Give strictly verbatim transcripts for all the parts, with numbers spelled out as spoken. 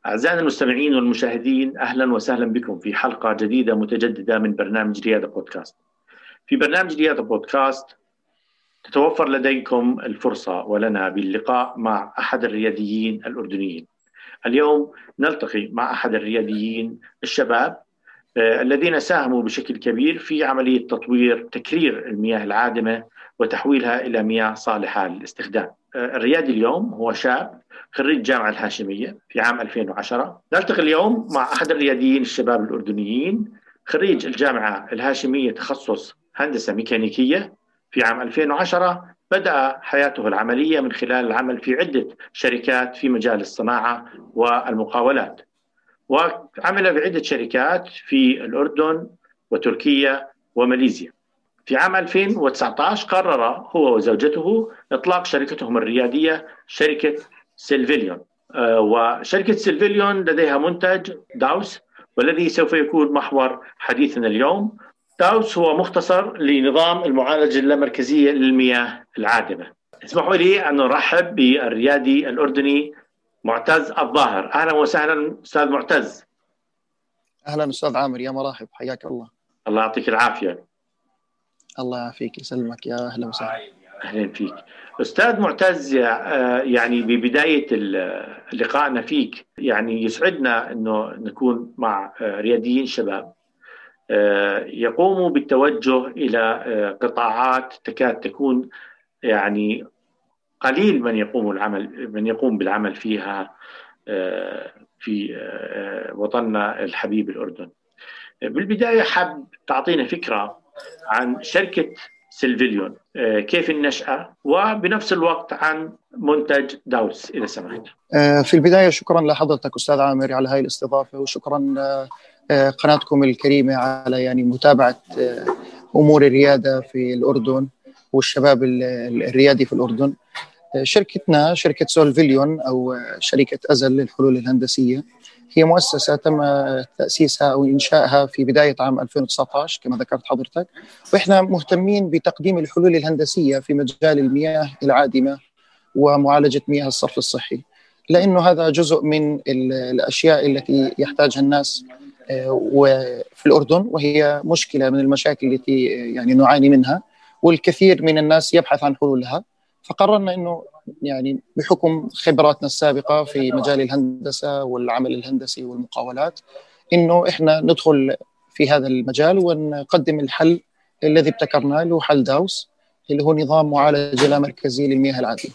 أعزائنا المستمعين والمشاهدين، أهلا وسهلا بكم في حلقة جديدة متجددة من برنامج ريادة بودكاست. في برنامج ريادة بودكاست تتوفر لديكم الفرصة ولنا باللقاء مع أحد الرياديين الأردنيين. اليوم نلتقي مع أحد الرياديين الشباب آه الذين ساهموا بشكل كبير في عملية تطوير تكرير المياه العادمة وتحويلها إلى مياه صالحة للاستخدام. آه الريادي اليوم هو شاب خريج الجامعة الهاشمية في عام ألفين وعشرة. نلتقي اليوم مع أحد الرياديين الشباب الأردنيين خريج الجامعة الهاشمية تخصص هندسة ميكانيكية في عام ألفين وعشرة. بدأ حياته العملية من خلال العمل في عدة شركات في مجال الصناعة والمقاولات، وعمل بعدة شركات في الأردن وتركيا وماليزيا. في عام ألفين وتسعة عشر قرر هو وزوجته إطلاق شركتهم الريادية شركة سيلفيليون. آه وشركة سيلفيليون لديها منتج داوس، والذي سوف يكون محور حديثنا اليوم. داوس هو مختصر لنظام المعالجة اللامركزية للمياه العادمة. اسمحوا لي أن نرحب بالريادي الأردني معتز الظاهر. أهلا وسهلا أستاذ معتز. أهلا أستاذ عامر، يا مرحب، حياك الله. الله يعطيك العافية. الله يعافيك، يسلمك، يا أهلا وسهلا. أهلا فيك أستاذ معتز. يعني ببداية لقائنا فيك يعني يسعدنا أنه نكون مع رياديين شباب يقوموا بالتوجه إلى قطاعات تكاد تكون يعني قليل من يقوم العمل من يقوم بالعمل فيها في وطننا الحبيب الأردن. بالبداية حاب تعطينا فكرة عن شركة سيلفيليون، كيف النشأة، وبنفس الوقت عن منتج داوس إذا سمحت. في البداية شكرا لحضرتك أستاذ عامر على هاي الاستضافة، وشكرا قناتكم الكريمة على يعني متابعة أمور الريادة في الأردن والشباب الريادي في الأردن. شركتنا شركة سولفيليون أو شركة أزل للحلول الهندسية هي مؤسسة تم تأسيسها أو إنشائها في بداية عام ألفين وتسعة عشر كما ذكرت حضرتك، وإحنا مهتمين بتقديم الحلول الهندسية في مجال المياه العادمة ومعالجة مياه الصرف الصحي، لأنه هذا جزء من الأشياء التي يحتاجها الناس في الأردن، وهي مشكلة من المشاكل التي يعني نعاني منها، والكثير من الناس يبحث عن حلولها. فقررنا أنه يعني بحكم خبراتنا السابقة في مجال الهندسة والعمل الهندسي والمقاولات إنه إحنا ندخل في هذا المجال ونقدم الحل الذي ابتكرناه اللي هو حل داوس، اللي هو نظام معالجة لا مركزي للمياه العادمة.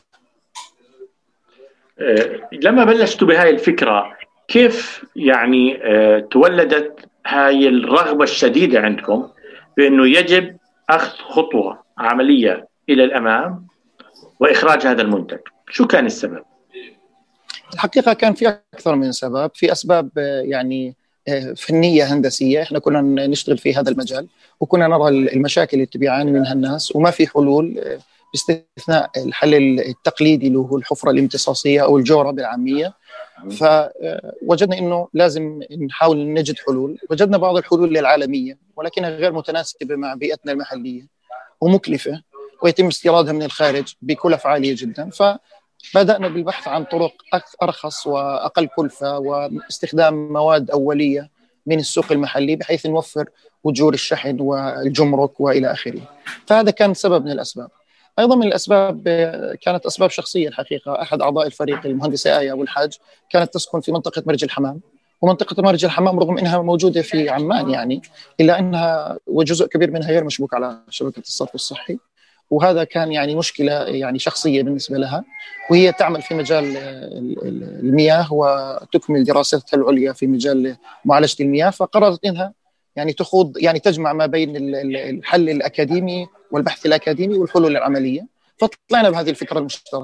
لما بلشتوا بهاي الفكرة كيف يعني تولدت هاي الرغبة الشديدة عندكم بأنه يجب أخذ خطوة عملية إلى الأمام وإخراج هذا المنتج؟ شو كان السبب؟ الحقيقة كان في أكثر من سبب. في أسباب يعني فنية هندسية، إحنا كنا نشتغل في هذا المجال وكنا نرى المشاكل اللي بيعاني منها الناس وما في حلول، باستثناء الحل التقليدي اللي هو الحفرة الامتصاصية أو الجورة بالعامية. فوجدنا إنه لازم نحاول نجد حلول. وجدنا بعض الحلول العالمية ولكنها غير متناسبة مع بيئتنا المحلية ومكلفة، ويتم استيرادها من الخارج بكلف عالية جدا. فبدأنا بالبحث عن طرق أرخص وأقل كلفة واستخدام مواد أولية من السوق المحلي بحيث نوفر أجور الشحن والجمرك وإلى آخره. فهذا كان سبب من الأسباب. أيضا من الأسباب كانت أسباب شخصية. الحقيقة أحد أعضاء الفريق المهندسة آية أبو الحاج كانت تسكن في منطقة مرج الحمام، ومنطقة مرج الحمام رغم أنها موجودة في عمان يعني إلا أنها وجزء كبير منها غير مشبوك على شبكة الصرف الصحي، وهذا كان يعني مشكلة يعني شخصية بالنسبة لها، وهي تعمل في مجال المياه وتكمل دراستها العليا في مجال معالجة المياه. فقررت أنها يعني تخوض يعني تجمع ما بين الحل الأكاديمي والبحث الأكاديمي والحلول العملية، فطلعنا بهذه الفكرة المشتركة.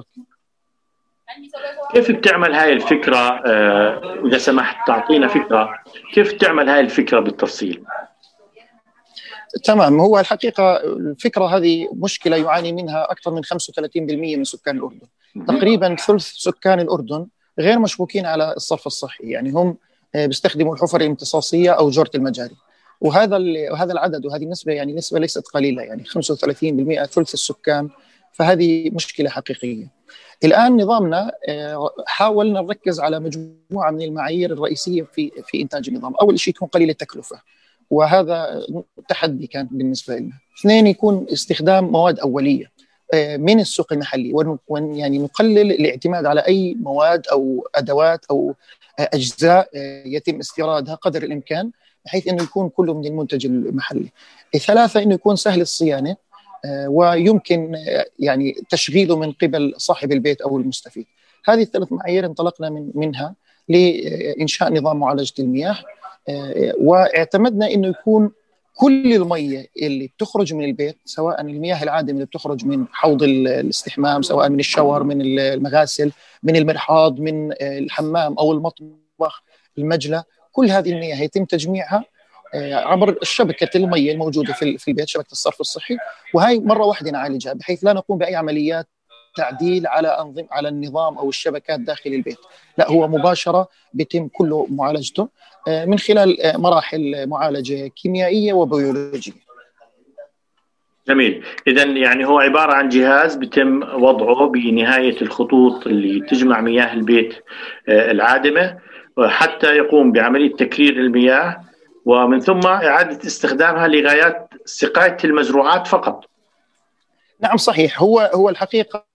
كيف بتعمل هاي الفكرة؟ آه، إذا سمحت تعطينا فكرة كيف تعمل هاي الفكرة بالتفصيل. تمام. هو الحقيقة الفكرة هذه مشكلة يعاني منها أكثر من خمسة وثلاثين بالمئة من سكان الأردن. تقريبا ثلث سكان الأردن غير مشبوكين على الصرف الصحي، يعني هم بيستخدموا الحفر الامتصاصية أو جورة المجاري، وهذا وهذا العدد وهذه النسبة يعني نسبة ليست قليلة، يعني خمسة وثلاثين بالمئة ثلث السكان. فهذه مشكلة حقيقية. الآن نظامنا حاولنا نركز على مجموعة من المعايير الرئيسية في في إنتاج النظام. أول شيء يكون قليل التكلفة، وهذا تحدي كان بالنسبة لنا. اثنين، يكون استخدام مواد أولية من السوق المحلي، ويعني نقلل الاعتماد على أي مواد أو أدوات أو أجزاء يتم استيرادها قدر الإمكان، بحيث أنه يكون كله من المنتج المحلي. ثلاثة، أنه يكون سهل الصيانة ويمكن يعني تشغيله من قبل صاحب البيت أو المستفيد. هذه الثلاث معايير انطلقنا من منها لإنشاء نظام معالجة المياه، واعتمدنا أنه يكون كل المياه اللي بتخرج من البيت، سواء المياه العادمة اللي بتخرج من حوض الاستحمام، سواء من الشاور، من المغاسل، من المرحاض، من الحمام أو المطبخ، المجلى، كل هذه المياه يتم تجميعها عبر شبكة المياه الموجودة في في البيت، شبكة الصرف الصحي، وهي مرة واحدة نعالجها، بحيث لا نقوم بأي عمليات تعديل على أنظمة على النظام أو الشبكات داخل البيت. لا، هو مباشرة بيتم كله معالجته من خلال مراحل معالجة كيميائية وبيولوجية. جميل. إذن يعني هو عبارة عن جهاز بيتم وضعه بنهاية الخطوط اللي تجمع مياه البيت العادمة، حتى يقوم بعملية تكرير المياه ومن ثم إعادة استخدامها لغايات سقاية المزروعات فقط. نعم صحيح. هو هو الحقيقة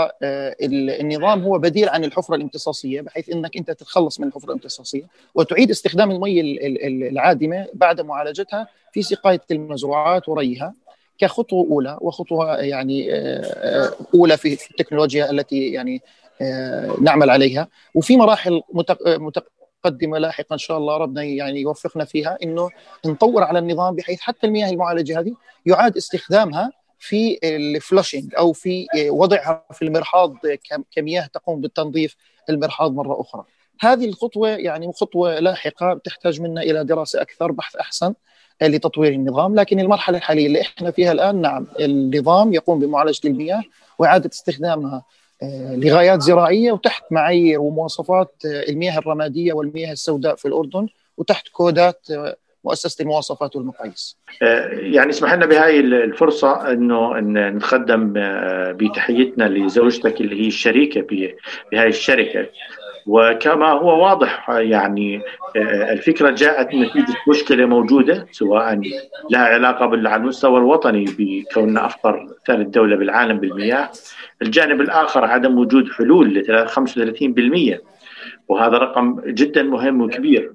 النظام هو بديل عن الحفرة الامتصاصية، بحيث أنك أنت تتخلص من الحفرة الامتصاصية وتعيد استخدام المياه العادمة بعد معالجتها في سقاية المزروعات وريها كخطوة أولى، وخطوة يعني أولى في التكنولوجيا التي يعني نعمل عليها. وفي مراحل متقدمة لاحقا إن شاء الله ربنا يعني يوفقنا فيها، إنه نطور على النظام بحيث حتى المياه المعالجة هذه يعاد استخدامها في الفلاشينج أو في وضعها في المرحاض كمياه تقوم بالتنظيف المرحاض مرة أخرى. هذه الخطوة يعني خطوة لاحقة بتحتاج منا إلى دراسة أكثر، بحث أحسن لتطوير النظام. لكن المرحلة الحالية اللي إحنا فيها الآن، نعم، النظام يقوم بمعالجة المياه وإعادة استخدامها لغايات زراعية وتحت معايير ومواصفات المياه الرمادية والمياه السوداء في الأردن، وتحت كودات مؤسسة المواصفات والمقاييس. يعني اسمح لنا بهاي الفرصة أنه أن نتقدم بتحيتنا لزوجتك اللي هي الشريكة بهاي الشركة. وكما هو واضح يعني الفكرة جاءت نتيجة مشكلة موجودة، سواء لها علاقة على المستوى الوطني بكوننا أفقر ثالث دولة بالعالم بالمياه، الجانب الآخر عدم وجود حلول ل خمسة وثلاثين بالمئة، وهذا رقم جدا مهم وكبير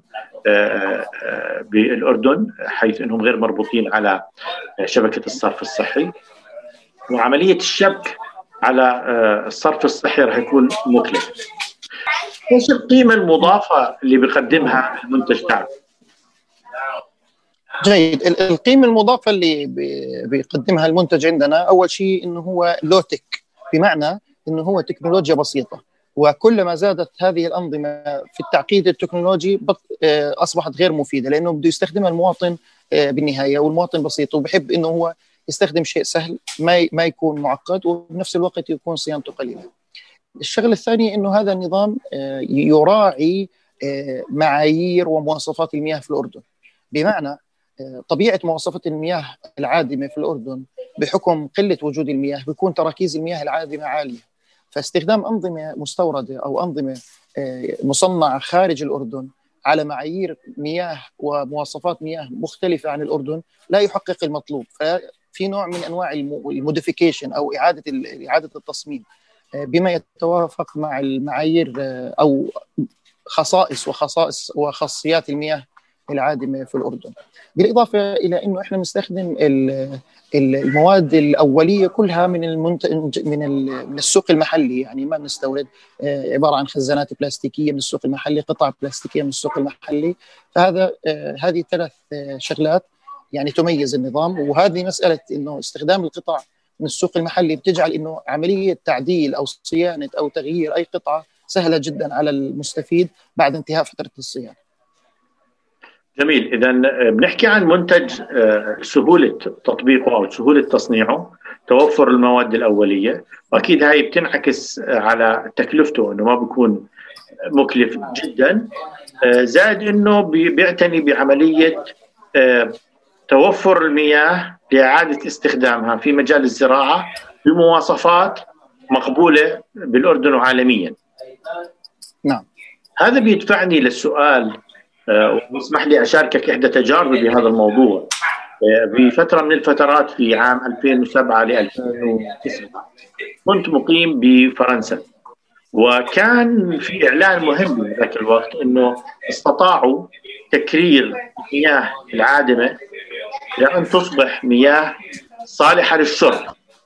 بالأردن، حيث أنهم غير مربوطين على شبكة الصرف الصحي، وعملية الشبك على الصرف الصحي راح يكون مكلف. ايش القيمة المضافة اللي بيقدمها المنتج تاعك؟ جيد. القيمة المضافة اللي بيقدمها المنتج عندنا أول شيء إنه هو لوتك، بمعنى إنه هو تكنولوجيا بسيطة، وكلما زادت هذه الأنظمة في التعقيد التكنولوجي أصبحت غير مفيدة، لأنه بده يستخدمها المواطن بالنهاية، والمواطن بسيط وبحب إنه هو يستخدم شيء سهل ما ما يكون معقد، وبنفس الوقت يكون صيانته قليلة. الشغله الثانيه انه هذا النظام يراعي معايير ومواصفات المياه في الاردن، بمعنى طبيعه مواصفات المياه العادمه في الاردن بحكم قله وجود المياه بيكون تراكيز المياه العادمه عاليه، فاستخدام انظمه مستورده او انظمه مصنعه خارج الاردن على معايير مياه ومواصفات مياه مختلفه عن الاردن لا يحقق المطلوب. ففي نوع من انواع الموديفيكيشن او اعاده اعاده التصميم بما يتوافق مع المعايير أو خصائص وخصائص وخاصيات المياه العادمة في الأردن. بالإضافة إلى أنه إحنا نستخدم المواد الأولية كلها من المنتج من من السوق المحلي، يعني ما نستورد، عبارة عن خزانات بلاستيكية من السوق المحلي، قطع بلاستيكية من السوق المحلي. فهذا هذه ثلاث شغلات يعني تميز النظام، وهذه مسألة إنه استخدام القطع من السوق المحلي بتجعل إنه عملية تعديل أو صيانة أو تغيير أي قطعة سهلة جدا على المستفيد بعد انتهاء فترة الصيانة. جميل. إذا بنحكي عن منتج سهولة تطبيقه أو سهولة تصنيعه، توفر المواد الأولية، وأكيد هاي بتنعكس على تكلفته إنه ما بيكون مكلف جدا، زائد إنه بيعتني بعملية توفر المياه لإعادة استخدامها في مجال الزراعة بمواصفات مقبولة بالأردن وعالميا. نعم. هذا بيدفعني للسؤال، واسمح لي أشاركك إحدى تجاربي بهذا الموضوع. بفترة من الفترات في عام ألفين وسبعة ل ألفين وتسعة كنت مقيم بفرنسا، وكان في إعلان مهم في ذاك الوقت إنه استطاعوا تكرير المياه العادمة لأن تصبح مياه صالحة للشرب.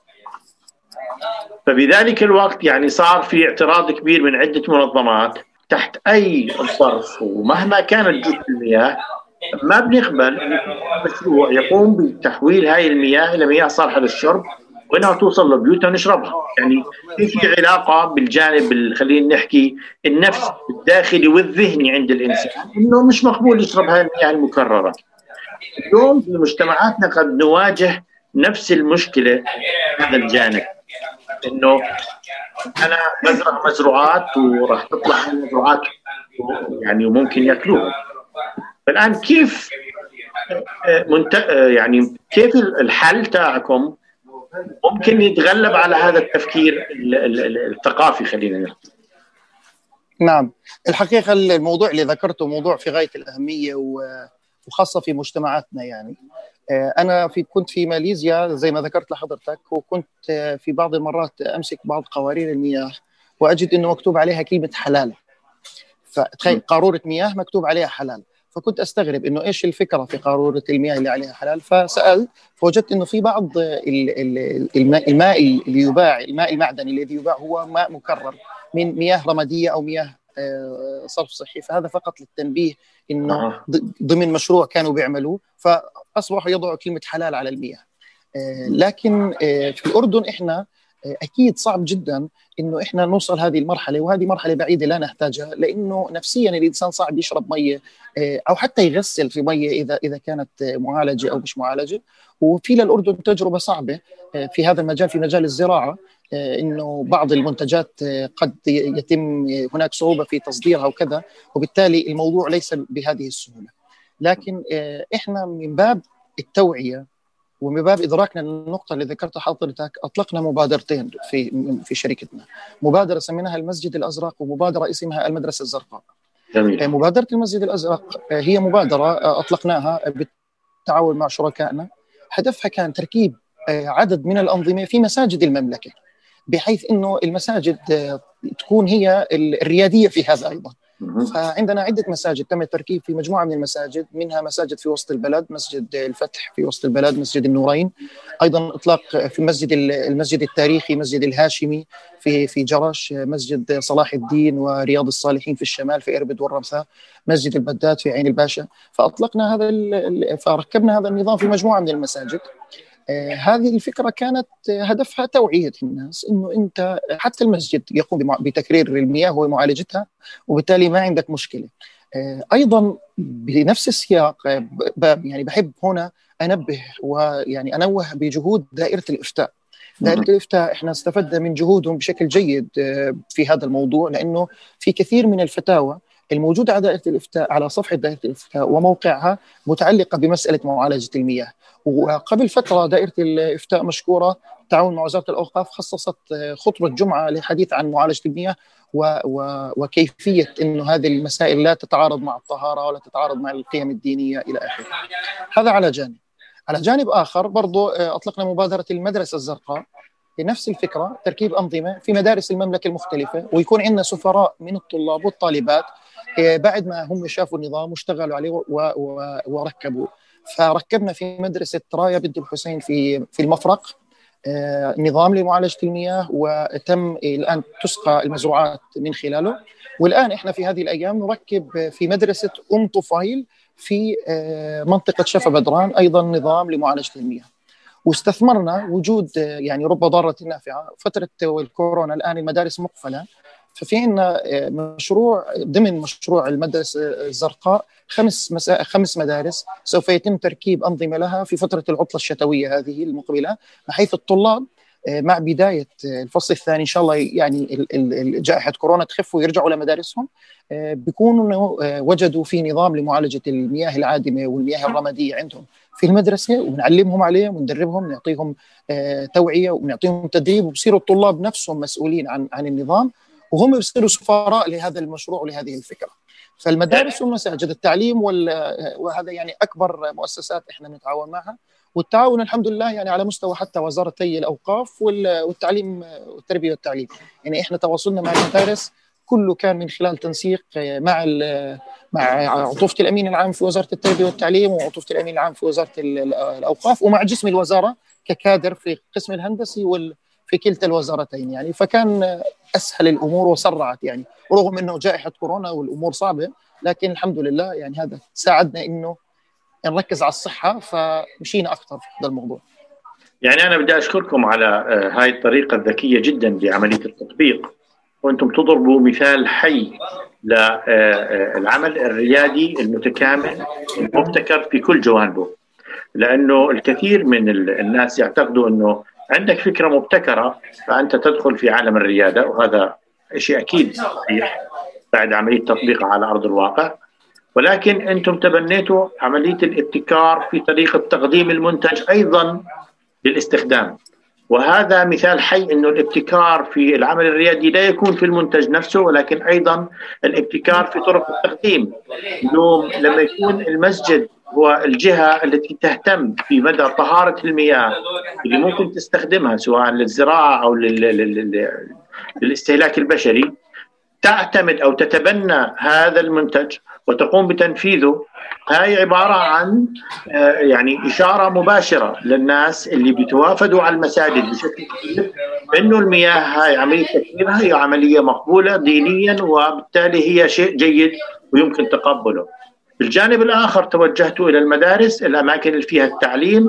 فبذلك الوقت يعني صار في اعتراض كبير من عدة منظمات تحت أي ظرف ومهما كانت جودة المياه ما بنقبل مشروع يقوم بتحويل هاي المياه إلى مياه صالحة للشرب وإنها توصل لبيوتنا ونشربها. يعني في علاقة بالجانب خلينا نحكي النفس الداخلي والذهني عند الإنسان إنه مش مقبول يشرب هاي المياه المكررة. اليوم في مجتمعاتنا قد نواجه نفس المشكلة هذا الجانب، إنه أنا بزرع مزروعات وراح تطلع المزروعات يعني وممكن يأكلوها. فالآن كيف منت... يعني كيف الحل تاعكم ممكن يتغلب على هذا التفكير الثقافي خلينا نحكي؟ نعم، الحقيقة الموضوع اللي ذكرته موضوع في غاية الأهمية وخاصة في مجتمعاتنا. يعني أنا في كنت في ماليزيا زي ما ذكرت لحضرتك، وكنت في بعض المرات أمسك بعض قوارير المياه وأجد إنه مكتوب عليها كلمة حلال. فتخيل قارورة مياه مكتوب عليها حلال، فكنت أستغرب إنه إيش الفكرة في قارورة المياه اللي عليها حلال. فسألت فوجدت إنه في بعض الماء, الماء اللي يباع، الماء المعدني الذي يباع هو ماء مكرر من مياه رمادية أو مياه صرف صحي. فهذا فقط للتنبيه إنه ضمن مشروع كانوا بيعملوه فأصبحوا يضعوا كلمة حلال على المياه. لكن في الأردن إحنا أكيد صعب جدا إنه إحنا نوصل هذه المرحلة، وهذه مرحلة بعيدة لا نحتاجها، لأنه نفسيا الإنسان صعب يشرب مية أو حتى يغسل في مية إذا إذا كانت معالجة أو مش معالجة. وفي للأردن تجربة صعبة في هذا المجال، في مجال الزراعة، إنه بعض المنتجات قد يتم هناك صعوبة في تصديرها وكذا، وبالتالي الموضوع ليس بهذه السهولة. لكن إحنا من باب التوعية ومن باب إدراكنا النقطة اللي ذكرتها حضرتك أطلقنا مبادرتين في في شركتنا. مبادرة سميناها المسجد الأزرق، ومبادرة اسمها المدرسة الزرقاء. جميل. مبادرة المسجد الأزرق هي مبادرة أطلقناها بالتعاون مع شركائنا. هدفها كان تركيب عدد من الأنظمة في مساجد المملكة، بحيث إنه المساجد تكون هي الريادية في هذا أيضا. فعندنا عدة مساجد تم التركيب في مجموعة من المساجد، منها مساجد في وسط البلد، مسجد الفتح في وسط البلد، مسجد النورين، أيضا إطلاق في مسجد المسجد التاريخي مسجد الهاشمي في في جرش، مسجد صلاح الدين ورياض الصالحين في الشمال في إربد والرمثاء، مسجد البدات في عين الباشا. فأطلقنا هذا فركبنا هذا النظام في مجموعة من المساجد. آه هذه الفكرة كانت هدفها توعية الناس إنه أنت حتى المسجد يقوم بتكرير المياه ومعالجتها، وبالتالي ما عندك مشكلة. آه أيضا بنفس السياق يعني بحب هنا أنبه ويعني أنوه بجهود دائرة الإفتاء. دائرة الإفتاء إحنا استفدنا من جهودهم بشكل جيد في هذا الموضوع، لأنه في كثير من الفتاوى الموجودة على دائرة الإفتاء على صفحة دائرة الإفتاء وموقعها متعلقة بمسألة معالجة المياه. وقبل فترة دائرة الإفتاء مشكورة تعاون مع وزارة الأوقاف خصصت خطبة جمعة للحديث عن معالجة المياه و و وكيفية إنه هذه المسائل لا تتعارض مع الطهارة ولا تتعارض مع القيم الدينية إلى آخره. هذا على جانب. على جانب آخر برضو أطلقنا مبادرة المدرسة الزرقاء بنفس الفكرة، تركيب أنظمة في مدارس المملكة المختلفة، ويكون عندنا سفراء من الطلاب والطالبات بعد ما هم شافوا النظام واشتغلوا عليه وركبوا. فركبنا في مدرسة رايا بنت الحسين في في المفرق نظام لمعالجة المياه، وتم الآن تسقى المزروعات من خلاله. والآن إحنا في هذه الأيام نركب في مدرسة أم طفيل في منطقة شفا بدران أيضا نظام لمعالجة المياه. واستثمرنا وجود يعني رب ضارة نافعة. فترة الكورونا الآن المدارس مقفلة، ففي عندنا مشروع ضمن مشروع المدرسة الزرقاء خمس مسا... خمس مدارس سوف يتم تركيب أنظمة لها في فترة العطلة الشتوية هذه المقبلة، بحيث الطلاب مع بداية الفصل الثاني إن شاء الله يعني جائحة كورونا تخف ويرجعوا لمدارسهم، بيكونوا وجدوا في نظام لمعالجة المياه العادمة والمياه الرمادية عندهم في المدرسة، ونعلمهم عليه وندربهم، نعطيهم توعية ونعطيهم تدريب، وبصيروا الطلاب نفسهم مسؤولين عن عن النظام، وهم بيصيروا سفراء لهذا المشروع ولهذه الفكرة. فالمدارس والمساجد التعليم وهذا يعني أكبر مؤسسات إحنا نتعاون معها، والتعاون الحمد لله يعني على مستوى حتى وزارتي الأوقاف والتعليم والتربية والتعليم. يعني إحنا تواصلنا مع المدارس كله كان من خلال تنسيق مع مع عطوفة الأمين العام في وزارة التربية والتعليم وعطوفة الأمين العام في وزارة الأوقاف، ومع جسم الوزارة ككادر في القسم الهندسي وال في كلتا الوزارتين يعني. فكان أسهل الأمور وسرعت يعني، ورغم أنه جائحة كورونا والأمور صعبة، لكن الحمد لله يعني هذا ساعدنا أنه نركز على الصحة، فمشينا أكثر في هذا الموضوع. يعني أنا بدي أشكركم على هاي الطريقة الذكية جدا بعملية التطبيق، وأنتم تضربوا مثال حي للعمل الريادي المتكامل المبتكر في كل جوانبه. لأنه الكثير من الناس يعتقدوا أنه عندك فكرة مبتكرة فأنت تدخل في عالم الريادة، وهذا شيء أكيد صحيح بعد عملية تطبيقها على أرض الواقع، ولكن أنتم تبنيتوا عملية الابتكار في طريقة تقديم المنتج أيضا للاستخدام. وهذا مثال حي أنه الابتكار في العمل الريادي لا يكون في المنتج نفسه، ولكن أيضا الابتكار في طرق التقديم. اليوم لما يكون المسجد هو الجهة التي تهتم في مدى طهارة المياه اللي ممكن تستخدمها سواء للزراعة أو للاستهلاك البشري، تعتمد أو تتبنى هذا المنتج وتقوم بتنفيذه، هاي عبارة عن يعني إشارة مباشرة للناس اللي بيتوافدوا على المساجد بشكل كبير إنه المياه هاي عملية تكريرها هي عملية مقبولة دينيا، وبالتالي هي شيء جيد ويمكن تقبله. بالجانب الآخر توجهتوا إلى المدارس، الأماكن اللي فيها التعليم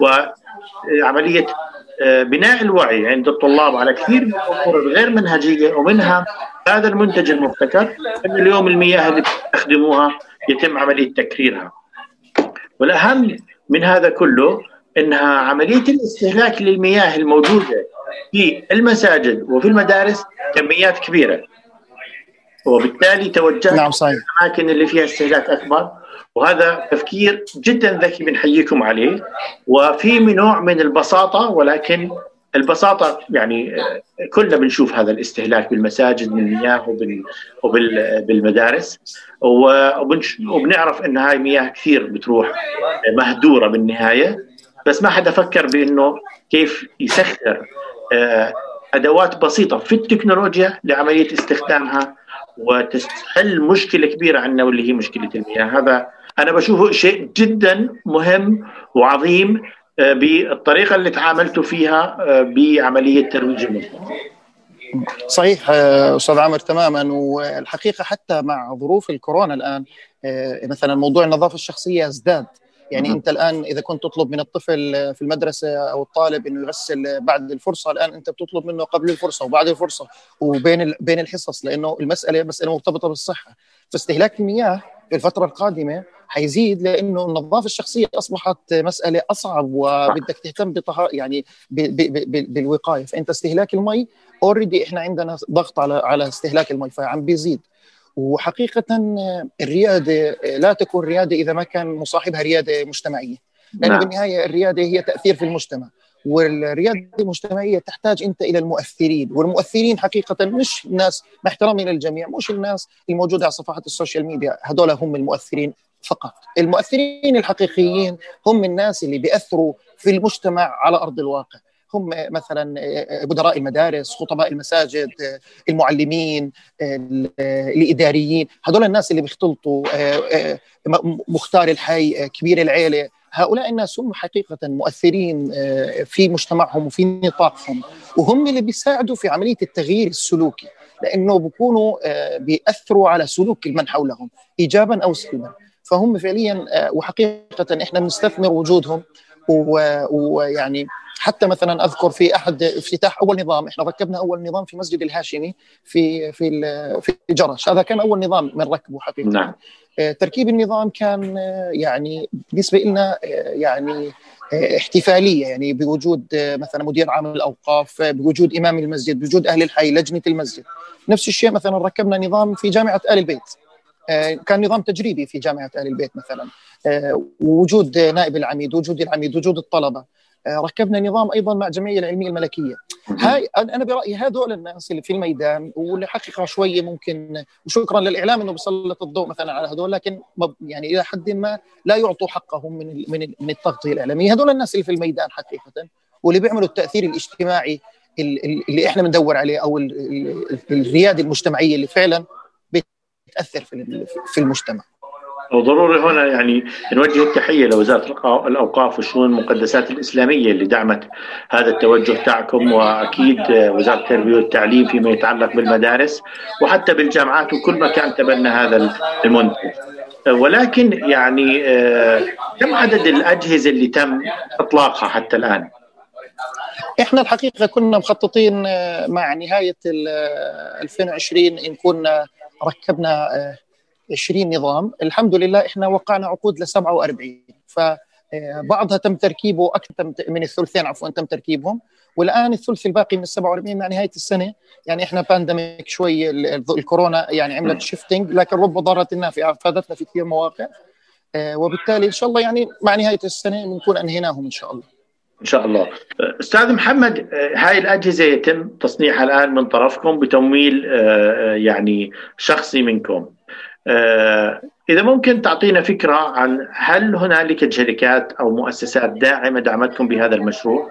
وعملية بناء الوعي عند الطلاب على كثير من الأمور الغير منهجية، ومنها هذا المنتج المبتكر أن اليوم المياه اللي بتستخدموها يتم عملية تكريرها. والأهم من هذا كله أنها عملية الاستهلاك للمياه الموجودة في المساجد وفي المدارس كميات كبيرة، وبالتالي توجهت نعم صحيح. الأماكن اللي فيها استهلاك أكبر، وهذا تفكير جدا ذكي بنحييكم عليه، وفي نوع من البساطة، ولكن البساطة يعني كلنا بنشوف هذا الاستهلاك بالمساجد من المياه وبالمدارس، وبنعرف أن هاي مياه كثير بتروح مهدورة بالنهاية، بس ما حدا فكر بأنه كيف يسخر أدوات بسيطة في التكنولوجيا لعملية استخدامها وتحل مشكلة كبيرة عندنا واللي هي مشكلة المياه. هذا أنا بشوفه شيء جدا مهم وعظيم بالطريقة اللي تعاملتوا فيها بعملية ترويج المنتج. صحيح أستاذ عامر تماما. والحقيقة حتى مع ظروف الكورونا الآن مثلا موضوع النظافة الشخصية ازداد. يعني أنت الآن إذا كنت تطلب من الطفل في المدرسة أو الطالب إنه يغسل بعد الفرصة، الآن أنت بتطلب منه قبل الفرصة وبعد الفرصة وبين بين الحصص، لأنه المسألة مسألة مرتبطة بالصحة. فاستهلاك المياه في الفترة القادمة حيزيد، لأنه النظافة الشخصية أصبحت مسألة أصعب، وبدك تهتم بطه يعني بالوقاية. فأنت استهلاك المي أوريدي إحنا عندنا ضغط على على استهلاك المي فعم بيزيد. وحقيقة الريادة لا تكون ريادة إذا ما كان مصاحبها ريادة مجتمعية، لأنه نعم. بالنهاية الريادة هي تأثير في المجتمع، والريادة المجتمعية تحتاج أنت إلى المؤثرين، والمؤثرين حقيقة مش الناس، مع احترامي للجميع، مش الناس الموجودة على صفحات السوشيال ميديا، هدول هم المؤثرين فقط. المؤثرين الحقيقيين هم الناس اللي بيأثروا في المجتمع على أرض الواقع، هم مثلا مدراء المدارس، خطباء المساجد، المعلمين، الإداريين، هذول الناس اللي بيختلطوا، مختار الحي، كبير العيلة. هؤلاء الناس هم حقيقة مؤثرين في مجتمعهم وفي نطاقهم، وهم اللي بيساعدوا في عملية التغيير السلوكي، لأنه بيكونوا بيأثروا على سلوك من حولهم إيجابا أو سلبا. فهم فعليا وحقيقة إحنا بنستثمر وجودهم. ويعني حتى مثلا اذكر في احد افتتاح اول نظام، احنا ركبنا اول نظام في مسجد الهاشمي في في في جرش، هذا كان اول نظام من ركبه حقيقه. نعم. تركيب النظام كان يعني بالنسبة لنا يعني احتفالية، يعني بوجود مثلا مدير عام الأوقاف، بوجود إمام المسجد، بوجود أهل الحي، لجنة المسجد. نفس الشيء مثلا ركبنا نظام في جامعة آل البيت، كان نظام تجريبي في جامعة آل البيت مثلا، وجود نائب العميد، وجود العميد، وجود الطلبة. ركبنا نظام أيضا مع الجمعية العلمية الملكية. هاي أنا برأيي هذول الناس اللي في الميدان واللي حقيقة شوية ممكن، وشكرا للإعلام إنه بيسلط الضوء مثلا على هذول، لكن يعني إلى حد ما لا يعطوا حقهم من من من التغطية الإعلامية. هذول الناس اللي في الميدان حقيقة، واللي بيعملوا التأثير الاجتماعي اللي إحنا بندور عليه، أو الريادة المجتمعية اللي فعلا بتأثر في في المجتمع. وضروري هنا يعني نوجه التحية لوزارة الأوقاف والشؤون المقدسات الإسلامية اللي دعمت هذا التوجه تاعكم، وأكيد وزارة التربية والتعليم فيما يتعلق بالمدارس وحتى بالجامعات وكل مكان تبنى هذا المنتج. ولكن يعني كم عدد الأجهزة اللي تم إطلاقها حتى الآن؟ إحنا الحقيقة كنا مخططين مع نهاية ألفين وعشرين إن كنا ركبنا عشرين نظام. الحمد لله إحنا وقعنا عقود ل سبعة وأربعين، فبعضها تم تركيبه أكثر من الثلثين عفوا تم تركيبهم، والآن الثلث الباقي من السبعة وأربعين مع نهاية السنة. يعني إحنا بانديميك شوية، الكورونا يعني عملت شيفتنج، لكن رب ضارة نافعة فادتنا في كثير مواقع، وبالتالي إن شاء الله يعني مع نهاية السنة بنكون أنهيناهم إن شاء الله. إن شاء الله. أستاذ محمد، هاي الأجهزة يتم تصنيعها الآن من طرفكم بتمويل يعني شخصي منكم. إذا ممكن تعطينا فكرة عن هل هنالك شركات أو مؤسسات داعمة دعمتكم بهذا المشروع؟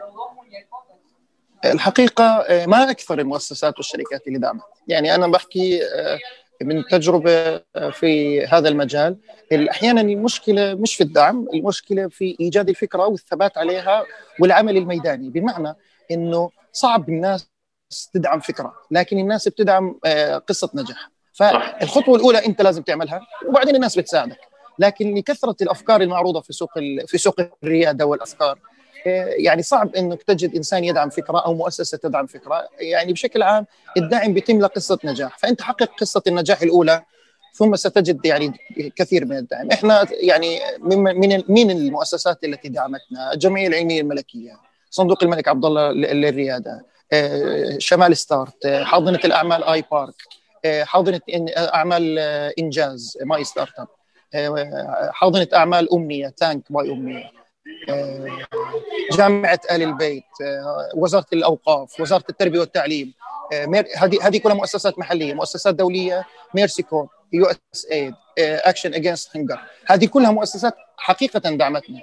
الحقيقة ما أكثر المؤسسات والشركات اللي دعمت. يعني أنا بحكي من تجربة في هذا المجال، أحيانا المشكلة مش في الدعم، المشكلة في إيجاد الفكرة والثبات عليها والعمل الميداني. بمعنى إنه صعب الناس تدعم فكرة، لكن الناس بتدعم قصة نجاح. فالخطوة الأولى أنت لازم تعملها وبعدين الناس بتساعدك. لكن لكثرة الأفكار المعروضة في سوق في سوق الريادة والأفكار، يعني صعب إنك تجد إنسان يدعم فكرة أو مؤسسة تدعم فكرة. يعني بشكل عام الدعم بيتم لقصة نجاح، فأنت حقق قصة النجاح الأولى ثم ستجد يعني كثير من الدعم. إحنا يعني من من المؤسسات التي دعمتنا الجمعية العلمية الملكية، صندوق الملك عبد الله للريادة، شمال ستارت، حاضنة الأعمال آي بارك، حاضنة أعمال إنجاز ماي ستارت اب، حاضنة أعمال أمنية تانك باي أمنية، جامعة آل البيت، وزارة الأوقاف، وزارة التربية والتعليم. هذه هذه كلها مؤسسات محلية. مؤسسات دولية، ميرسي كورب، يو اس ايد، اكشن اجينست هنجر، هذه كلها مؤسسات حقيقة دعمتنا.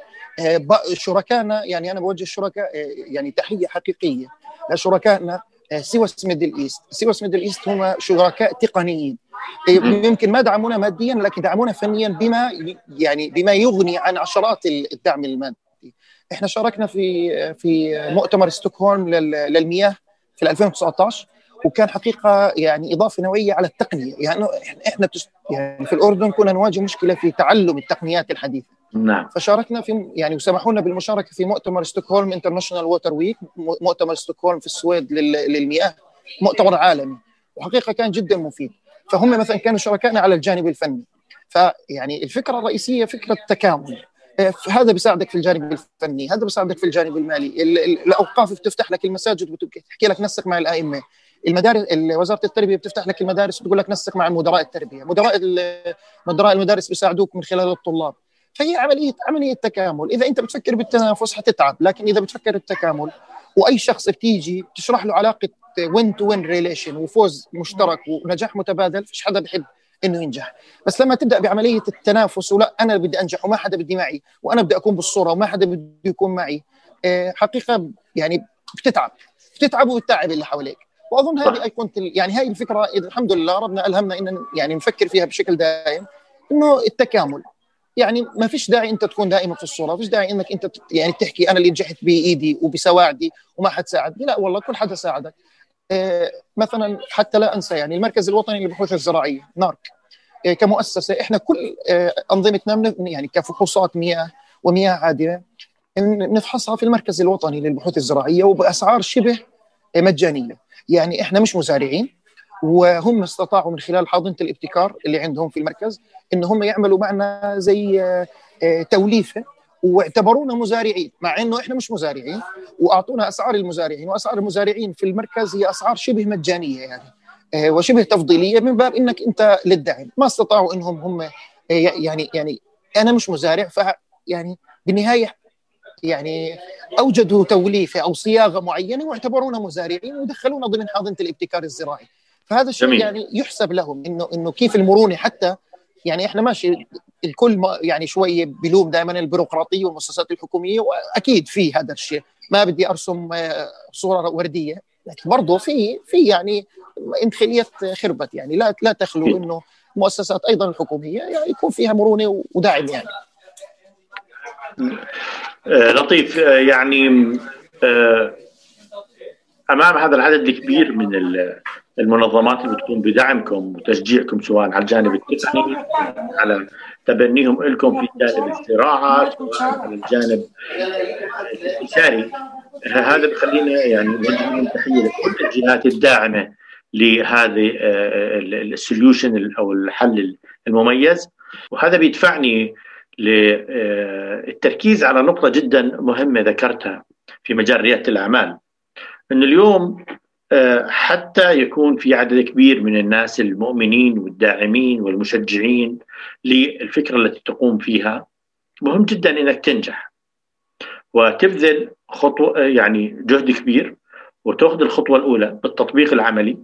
شركائنا، يعني أنا بوجه الشركاء يعني تحية حقيقية لشركائنا. سويس ميدل إيست، سويس ميدل إيست هم شركاء تقنيين، يمكن ما دعمونا ماديا لكن دعمونا فنيا بما يعني بما يغني عن عشرات الدعم المادي. احنا شاركنا في في مؤتمر ستوكهولم للمياه في ألفين وتسعة عشر، وكان حقيقة يعني إضافة نوعية على التقنية. يعني احنا يعني في الأردن كنا نواجه مشكلة في تعلم التقنيات الحديثة. نعم. فشاركنا في يعني وسمحوا لنا بالمشاركة في مؤتمر ستوكهولم انترناشونال ووتر ويك، مؤتمر ستوكهولم في السويد للمياه، مؤتمر عالمي، وحقيقة كان جدا مفيد. فهم مثلا كانوا شركائنا على الجانب الفني. فيعني الفكرة الرئيسية فكرة تكامل، هذا بيساعدك في الجانب الفني، هذا بيساعدك في الجانب المالي. الأوقاف بتفتح لك المساجد وتحكي لك نسق مع الأئمة. المدارس، وزارة التربية بتفتح لك المدارس وتقول لك نسق مع مدراء التربية. مدراء مدراء المدارس بيساعدوك من خلال الطلاب. فهي عملية عملية تكامل. إذا أنت بتفكر بالتنافس حتتعب، لكن إذا بتفكر التكامل وأي شخص بتيجي تشرح له علاقة وين تو وين ريليشن وفوز مشترك ونجاح متبادل، فيش حدا بيحب إنه ينجح. بس لما تبدأ بعملية التنافس، ولا أنا بدي أنجح وما حدا بدي معي، وأنا بدي أكون بالصورة وما حدا بدي يكون معي، حقيقة يعني بتتعب بتتعب وبتتعب اللي حواليك. وأظن هذه أيقونة يعني هاي الفكرة الحمد لله ربنا ألهمنا إن يعني نفكر فيها بشكل دائم، إنه التكامل. يعني ما فيش داعي أنت تكون دائما في الصورة، ما فيش داعي إنك أنت يعني تحكي أنا اللي نجحت بإيدي وبسواعدي وما حد ساعدني. لا والله كل حدا ساعدك. آه مثلا حتى لا أنسى يعني المركز الوطني للبحوث الزراعية نارك، آه كمؤسسة إحنا كل آه أنظمتنا يعني كفحوصات مياه ومياه عادلة نفحصها في المركز الوطني للبحوث الزراعية وبأسعار شبه مجانية. يعني إحنا مش مزارعين وهم استطاعوا من خلال حاضنة الابتكار اللي عندهم في المركز إن هم يعملوا معنا زي توليفة، واعتبرونا مزارعين مع إنه إحنا مش مزارعين، وأعطونا أسعار المزارعين، وأسعار المزارعين في المركز هي أسعار شبه مجانية يعني وشبه تفضيلية من باب إنك أنت للدعم. ما استطاعوا إنهم هم يعني يعني أنا مش مزارع، ف يعني بالنهاية يعني أوجدوا توليفة أو صياغة معينة واعتبرونا مزارعين ودخلونا ضمن حاضنة الابتكار الزراعي. فهذا الشيء جميل. يعني يحسب لهم إنه إنه كيف المرونة، حتى يعني إحنا ماشي الكل ما يعني شوية بلوم دائما البيروقراطية والمؤسسات الحكومية، وأكيد في هذا الشيء، ما بدي أرسم صورة وردية، لكن برضه في في يعني انخلية خربت، يعني لا لا تخلو إنه مؤسسات أيضا الحكومية يعني يكون فيها مرونة ودعم يعني. آه لطيف. آه يعني آه أمام هذا العدد الكبير من المنظمات اللي بتقوم بدعمكم وتشجيعكم سواء على الجانب التقني، على تبنيهم لكم في جانب الزراعة، سواء على الجانب الاستشاري، هذا بخلينا يعني نوجه لهم تحية لكل الجهات الداعمة لهذه السوليوشن أو الحل المميز. وهذا بيدفعني للتركيز على نقطة جدا مهمة ذكرتها في مجال ريادة الأعمال، أن اليوم حتى يكون في عدد كبير من الناس المؤمنين والداعمين والمشجعين للفكرة التي تقوم فيها، مهم جدا أنك تنجح وتبذل خطوة يعني جهد كبير وتأخذ الخطوة الأولى بالتطبيق العملي،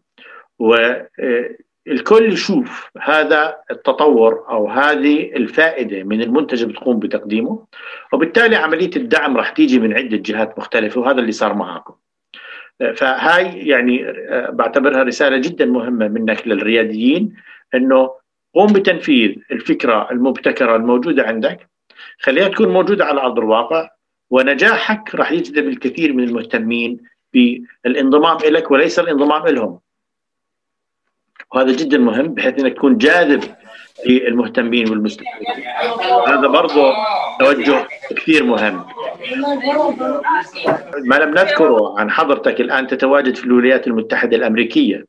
والكل يشوف هذا التطور أو هذه الفائدة من المنتج اللي بتقوم بتقديمه، وبالتالي عملية الدعم راح تيجي من عدة جهات مختلفة، وهذا اللي صار معكم. فهاي يعني بعتبرها رسالة جدا مهمة منك للرياديين، أنه قوم بتنفيذ الفكرة المبتكرة الموجودة عندك، خليها تكون موجودة على أرض الواقع، ونجاحك راح يجذب الكثير من المهتمين بالانضمام إليك وليس الانضمام إلهم، وهذا جدا مهم بحيث أنك تكون جاذب للمهتمين والمستثمرين. هذا برضو توجه كثير مهم. ما لم نذكره عن حضرتك، الآن تتواجد في الولايات المتحدة الأمريكية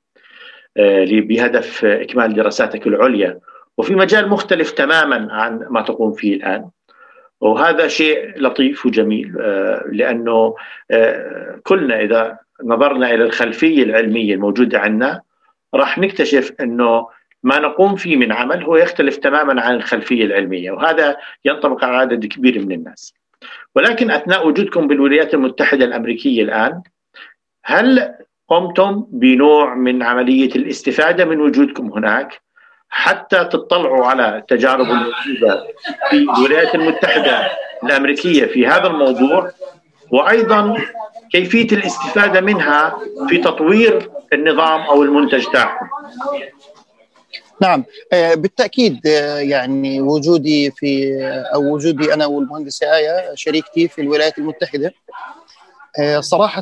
بهدف إكمال دراساتك العليا، وفي مجال مختلف تماما عن ما تقوم فيه الآن، وهذا شيء لطيف وجميل، لأنه كلنا إذا نظرنا إلى الخلفية العلمية الموجودة عندنا راح نكتشف أنه ما نقوم فيه من عمل هو يختلف تماما عن الخلفية العلمية، وهذا ينطبق على عدد كبير من الناس. ولكن أثناء وجودكم بالولايات المتحدة الأمريكية الآن، هل قمتم بنوع من عملية الاستفادة من وجودكم هناك حتى تطلعوا على التجارب الموجودة في الولايات المتحدة الأمريكية في هذا الموضوع، وأيضا كيفية الاستفادة منها في تطوير النظام أو المنتج تاعكم؟ نعم بالتأكيد، يعني وجودي في أو وجودي أنا والمهندسة آية شريكتي في الولايات المتحدة صراحة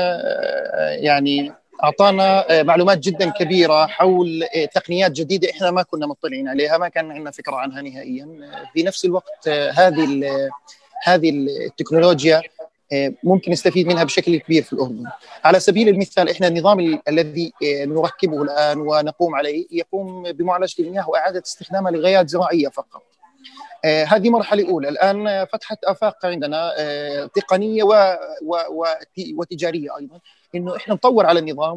يعني أعطانا معلومات جدا كبيرة حول تقنيات جديدة إحنا ما كنا مطلعين عليها، ما كان عندنا فكرة عنها نهائيا. في نفس الوقت هذه هذه التكنولوجيا ممكن نستفيد منها بشكل كبير في الأردن. على سبيل المثال إحنا النظام الذي نركبه الآن ونقوم عليه يقوم بمعالجة المياه وإعادة استخدامها لغايات زراعية فقط. آه هذه مرحلة أولى. الآن فتحت آفاق عندنا آه تقنية و و و وتجارية أيضا، إنه إحنا نطور على النظام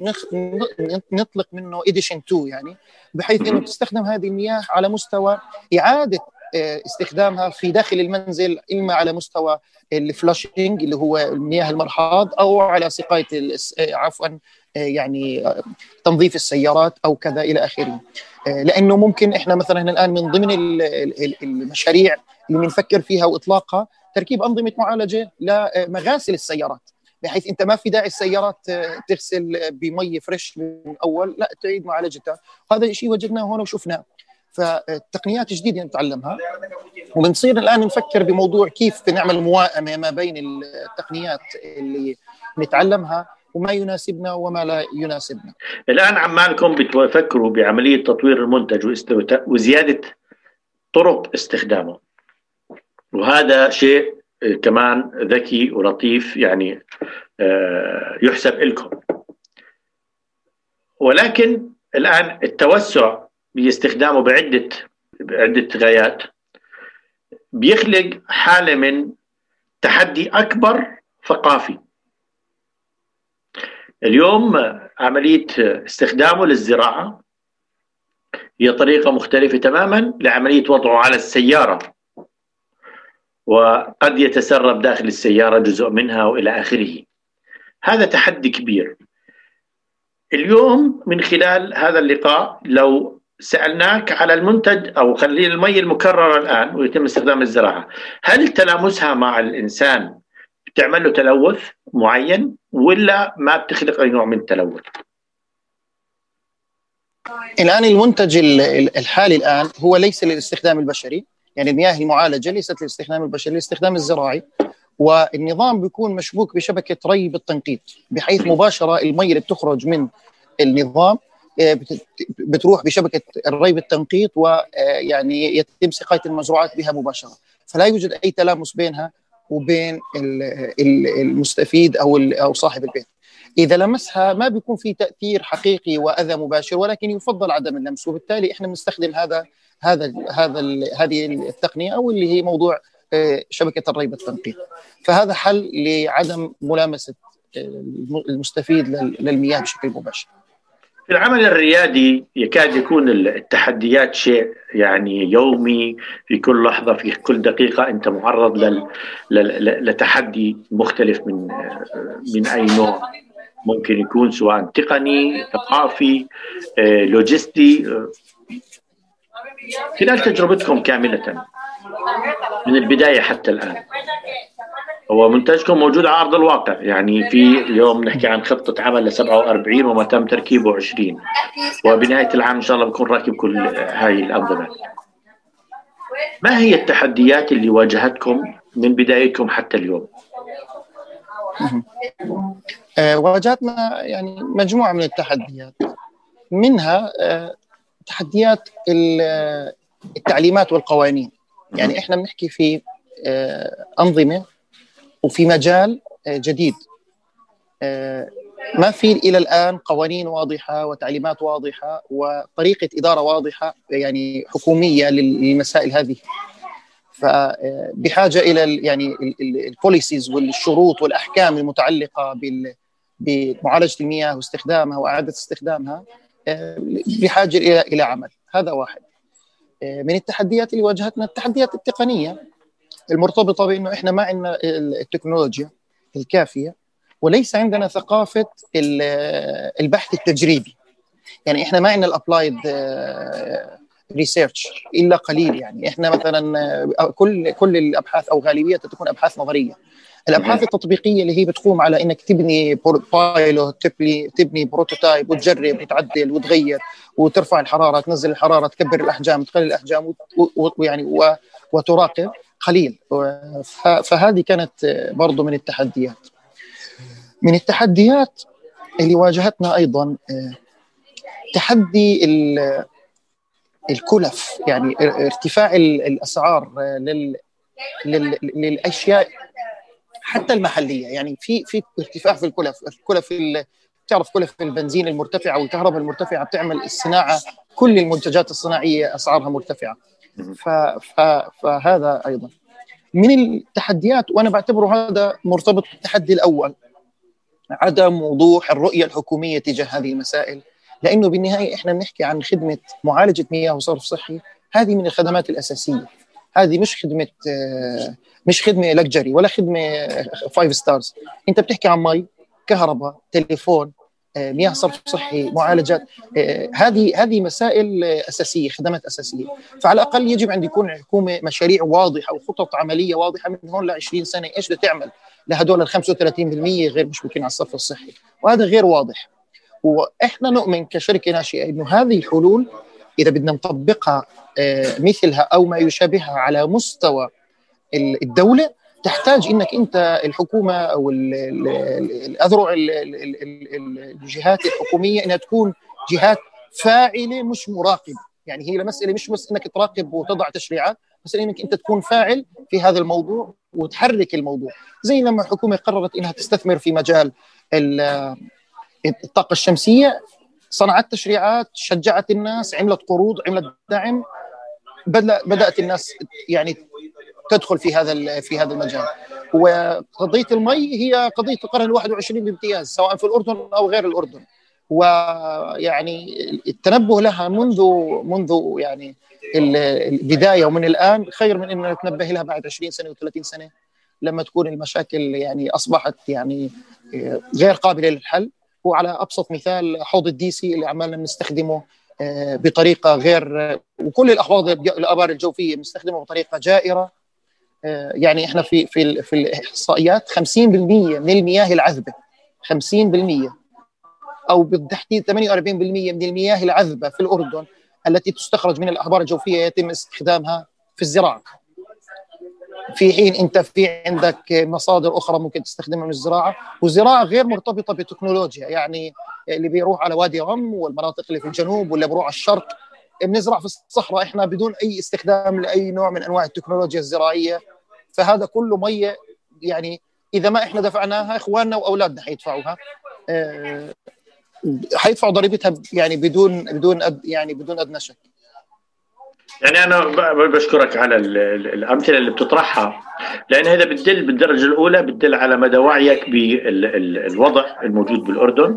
ونطلق منه إديشن اثنين، يعني بحيث إنه تستخدم هذه المياه على مستوى إعادة آه استخدامها في داخل المنزل، إما على مستوى الفلاشينج اللي هو مياه المرحاض، أو على سقاية عفوا يعني تنظيف السيارات أو كذا إلى آخره. لأنه ممكن إحنا مثلا الآن من ضمن المشاريع اللي بنفكر فيها وإطلاقها تركيب أنظمة معالجة لمغاسل السيارات، بحيث أنت ما في داعي السيارات تغسل بمية فريش من أول، لا تعيد معالجتها. هذا شيء وجدناه هون وشفناه، فالتقنيات جديدة نتعلمها، وبنصير الآن نفكر بموضوع كيف نعمل موائمة ما بين التقنيات اللي نتعلمها وما يناسبنا وما لا يناسبنا. الآن عمالكم بتفكروا بعملية تطوير المنتج وزيادة طرق استخدامه، وهذا شيء كمان ذكي ولطيف يعني يحسب لكم. ولكن الآن التوسع باستخدامه بعدة بعدة غايات بيخلق حالة من تحدي أكبر ثقافي. اليوم عملية استخدامه للزراعة هي طريقة مختلفة تماما لعملية وضعه على السيارة، وقد يتسرب داخل السيارة جزء منها وإلى آخره. هذا تحدي كبير. اليوم من خلال هذا اللقاء لو سألناك على المنتج أو خلينا المي المكررة الآن ويتم استخدام الزراعة، هل تلامسها مع الإنسان بتعمل له تلوث معين ولا ما بتخلق أي نوع من التلوث؟ الآن المنتج الحالي الآن هو ليس للاستخدام البشري، يعني المياه المعالجة ليست للاستخدام البشري، للاستخدام الزراعي، والنظام بيكون مشبوك بشبكة ري بالتنقيط، بحيث مباشرة المي اللي بتخرج من النظام بتروح بشبكة الري بالتنقيط، ويعني يتم سقاية المزروعات بها مباشرة، فلا يوجد أي تلامس بينها وبين المستفيد أو أو صاحب البيت. إذا لمسها ما بيكون في تأثير حقيقي وأذى مباشر، ولكن يفضل عدم اللمس، وبالتالي إحنا بنستخدم هذا هذا هذا هذه التقنية أو اللي هي موضوع شبكة الري بالتنقيط. فهذا حل لعدم ملامسة المستفيد للمياه بشكل مباشر. في العمل الريادي يكاد يكون التحديات شيء يعني يومي، في كل لحظة في كل دقيقة أنت معرض لل... لل... لتحدي مختلف من من أي نوع ممكن يكون، سواء تقني، ثقافي، لوجستي. خلال تجربتكم كاملة من البداية حتى الآن، هو منتجكم موجود على أرض الواقع، يعني في اليوم نحكي عن خطة عمل ل سبعة وأربعين وما تم تركيبه عشرين، وبنهاية العام إن شاء الله بكون راكب كل هاي الأنظمة. ما هي التحديات اللي واجهتكم من بدايتكم حتى اليوم؟ أه واجهتنا يعني مجموعة من التحديات، منها أه تحديات التعليمات والقوانين. يعني إحنا بنحكي في أه أنظمة وفي مجال جديد، ما في إلى الآن قوانين واضحة وتعليمات واضحة وطريقة إدارة واضحة يعني حكومية للمسائل هذه. فبحاجة إلى يعني البوليسيز والشروط والأحكام المتعلقة بمعالجة المياه واستخدامها وإعادة استخدامها، بحاجة إلى إلى عمل. هذا واحد من التحديات اللي واجهتنا. التحديات التقنية المرتبطة بأنه إحنا ما عندنا التكنولوجيا الكافية، وليس عندنا ثقافة البحث التجريبي. يعني إحنا ما عندنا الأبلايد ريسيرش إلا قليل. يعني إحنا مثلا كل كل الأبحاث أو غالبيتها تكون أبحاث نظرية. الأبحاث التطبيقية اللي هي بتقوم على إنك تبني بايلوت، تبني تبني بروتوتايب وتجرب وتعدل وتغير وترفع الحرارة، تنزل الحرارة، تكبر الأحجام، تقلل الأحجام، ويعني وتراقب قليل. فهذه كانت برضو من التحديات. من التحديات اللي واجهتنا أيضا تحدي الكلف، يعني ارتفاع الأسعار لل للأشياء حتى المحلية. يعني في في ارتفاع في الكلف الكلف تعرف كلف البنزين المرتفعة والكهرباء المرتفعة بتعمل الصناعة، كل المنتجات الصناعية أسعارها مرتفعة. فهذا أيضا من التحديات، وأنا بعتبره هذا مرتبط بالتحدي الأول، عدم وضوح الرؤية الحكومية تجاه هذه المسائل. لأنه بالنهاية إحنا بنحكي عن خدمة معالجة مياه وصرف صحي، هذه من الخدمات الأساسية. هذه مش خدمة مش خدمة لكجري ولا خدمة فايف ستارز. أنت بتحكي عن مي، كهرباء، تليفون، مياه صرف صحي، معالجات. هذه هذه مسائل أساسية، خدمات أساسية. فعلى الأقل يجب أن يكون الحكومة مشاريع واضحة وخطط عملية واضحة من هون ل عشرين سنة إيش بدها تعمل لهدول ال خمسة وثلاثين بالمئة غير مشبوكين على الصرف الصحي، وهذا غير واضح. وإحنا نؤمن كشركة ناشئة إنه هذه الحلول إذا بدنا نطبقها مثلها أو ما يشابهها على مستوى الدولة، تحتاج إنك أنت الحكومة أو الأذرع الجهات الحكومية إنها تكون جهات فاعلة مش مراقبة. يعني هي المسألة مش بس إنك تراقب وتضع تشريعات، بس إنك أنت تكون فاعل في هذا الموضوع وتحرك الموضوع. زي لما الحكومة قررت إنها تستثمر في مجال الطاقة الشمسية، صنعت تشريعات، شجعت الناس، عملت قروض، عملت دعم، بدأت الناس يعني تدخل في هذا في هذا المجال. وقضية المي هي قضية القرن الواحد وعشرين بامتياز، سواء في الأردن أو غير الأردن، ويعني التنبه لها منذ منذ يعني البداية ومن الآن خير من أن نتنبه لها بعد عشرين سنة وثلاثين سنة، لما تكون المشاكل يعني أصبحت يعني غير قابلة للحل. وعلى أبسط مثال حوض الديسي اللي عمالنا نستخدمه بطريقة غير، وكل الأحواض الآبار الجوفية بنستخدمه بطريقة جائرة. يعني إحنا في في في الإحصائيات خمسين بالمئة من المياه العذبة، خمسين بالمئة أو بالتحديد ثمانية وأربعين بالمئة من المياه العذبة في الأردن التي تستخرج من الأحبار الجوفية يتم استخدامها في الزراعة، في حين أنت في عندك مصادر أخرى ممكن تستخدمها من الزراعة، والزراعة غير مرتبطة بالتكنولوجيا. يعني اللي بيروح على وادي رم والمناطق اللي في الجنوب واللي بيروح على الشرق بنزرع في الصحراء إحنا بدون أي استخدام لأي نوع من أنواع التكنولوجيا الزراعية. فهذا كله مية يعني إذا ما إحنا دفعناها إخواننا وأولادنا حيدفعوها، أه حيدفعوا ضريبتها يعني بدون بدون أد يعني بدون أدنى شك. يعني أنا بشكرك على الأمثلة اللي بتطرحها، لأن هذا بتدل بالدرجة الأولى بتدل على مدى وعيك بالوضع الموجود بالأردن.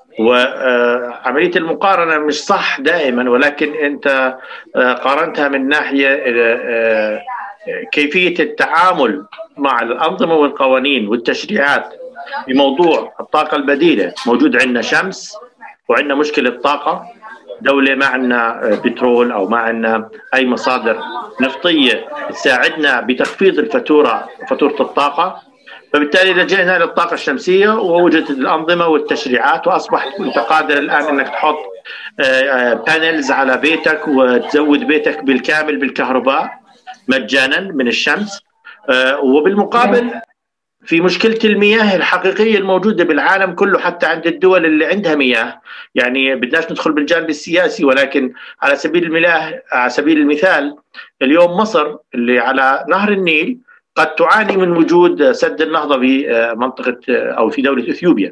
وعملية المقارنة مش صح دائما، ولكن أنت قارنتها من ناحية كيفية التعامل مع الأنظمة والقوانين والتشريعات بموضوع الطاقة البديلة. موجود عندنا شمس وعندنا مشكلة طاقة، دولة ما عندنا بترول أو ما عندنا أي مصادر نفطية تساعدنا بتخفيض الفاتورة فاتورة الطاقة، فبالتالي لجأنا للطاقة الشمسية ووجدت الأنظمة والتشريعات، وأصبحت متقادر الآن أنك تحط بانلز على بيتك وتزود بيتك بالكامل بالكهرباء مجانا من الشمس. وبالمقابل في مشكلة المياه الحقيقية الموجودة بالعالم كله، حتى عند الدول اللي عندها مياه. يعني بدناش ندخل بالجانب السياسي، ولكن على سبيل المياه على سبيل المثال اليوم مصر اللي على نهر النيل قد تعاني من وجود سد النهضة في منطقة أو في دولة إثيوبيا،